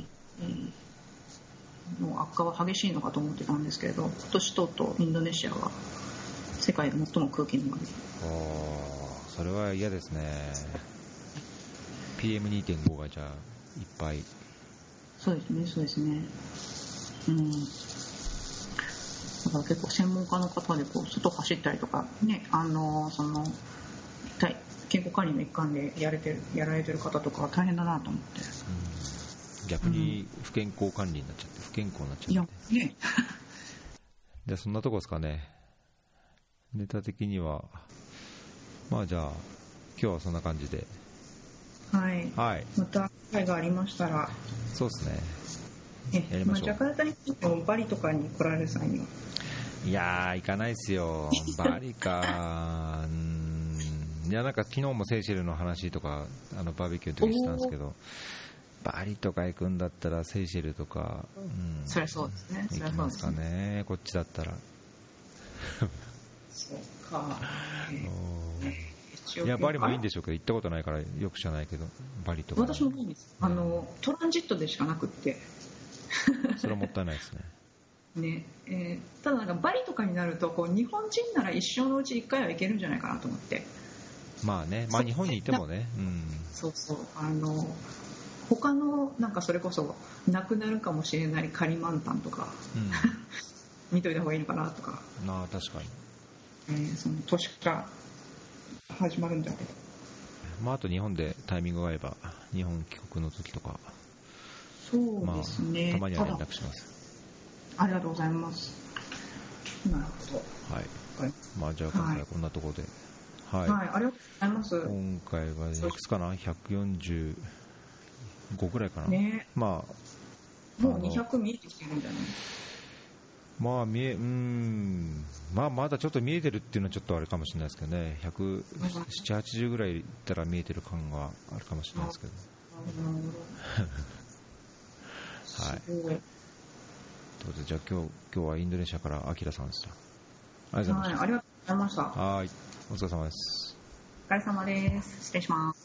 [SPEAKER 2] の悪化は激しいのかと思ってたんですけれど、今年とうとうインドネシアが世界で最も空気の悪い。
[SPEAKER 1] それは嫌ですね。PM2.5 がじゃあいっぱい。
[SPEAKER 2] そうですね。うん。だから結構専門家の方でこう外走ったりとかね、その健康管理の一環でやられてる方とかは大変だなと思って。
[SPEAKER 1] 逆に不健康管理になっちゃって、不健康になっちゃって。いやね。でそんなとこですかね。ネタ的にはまあじゃあ今日はそんな感じで。
[SPEAKER 2] はい、はい、また機会がありましたら
[SPEAKER 1] そうですね、やりましょう。
[SPEAKER 2] ジャカルタにバリとかに来られる際には、
[SPEAKER 1] いやー行かないですよバリかいやなんか昨日もセイシェルの話とかバーベキューの時したんですけど、バリとか行くんだったらセイシェルとか、
[SPEAKER 2] そりゃそうですね。
[SPEAKER 1] 行きますかね、こっちだったら
[SPEAKER 2] そうか、
[SPEAKER 1] いやバリもいいんでしょうけど、行ったことないからよく知らないけど、バリとか
[SPEAKER 2] 私もいいんです。トランジットでしかなくって
[SPEAKER 1] それはもったいないです
[SPEAKER 2] ねただなんかバリとかになるとこう日本人なら一生のうち1回は行けるんじゃないかなと思って。
[SPEAKER 1] まあね、まあ日本にいてもね、
[SPEAKER 2] そう他のなんかそれこそなくなるかもしれないカリマンタンとか、見といた方がいいのかなとか。
[SPEAKER 1] まあ確かに、
[SPEAKER 2] その都市化始まるんだけど、
[SPEAKER 1] まあ、あと日本でタイミングが合えば日本帰国の時とか、
[SPEAKER 2] そうですね、
[SPEAKER 1] たまには連絡します。
[SPEAKER 2] ありがとうございます。なるほど。
[SPEAKER 1] はい、まあ、じゃあ今回はこんなところで、
[SPEAKER 2] はい、ありがとうございます。
[SPEAKER 1] 今回はいくつかな、145ぐらいかな、ま
[SPEAKER 2] あもう200見えてきてるんじゃない。
[SPEAKER 1] まあまだちょっと見えてるっていうのはちょっとあれかもしれないですけどね、170、80ぐらいいったら見えてる感があるかもしれないですけどはいということで、じゃあ今日はインドネシアからアキラさんでした。ありがとうございました。
[SPEAKER 2] ありがとうございました。
[SPEAKER 1] はい、お疲れ様です。
[SPEAKER 2] お疲れ様です。失礼します。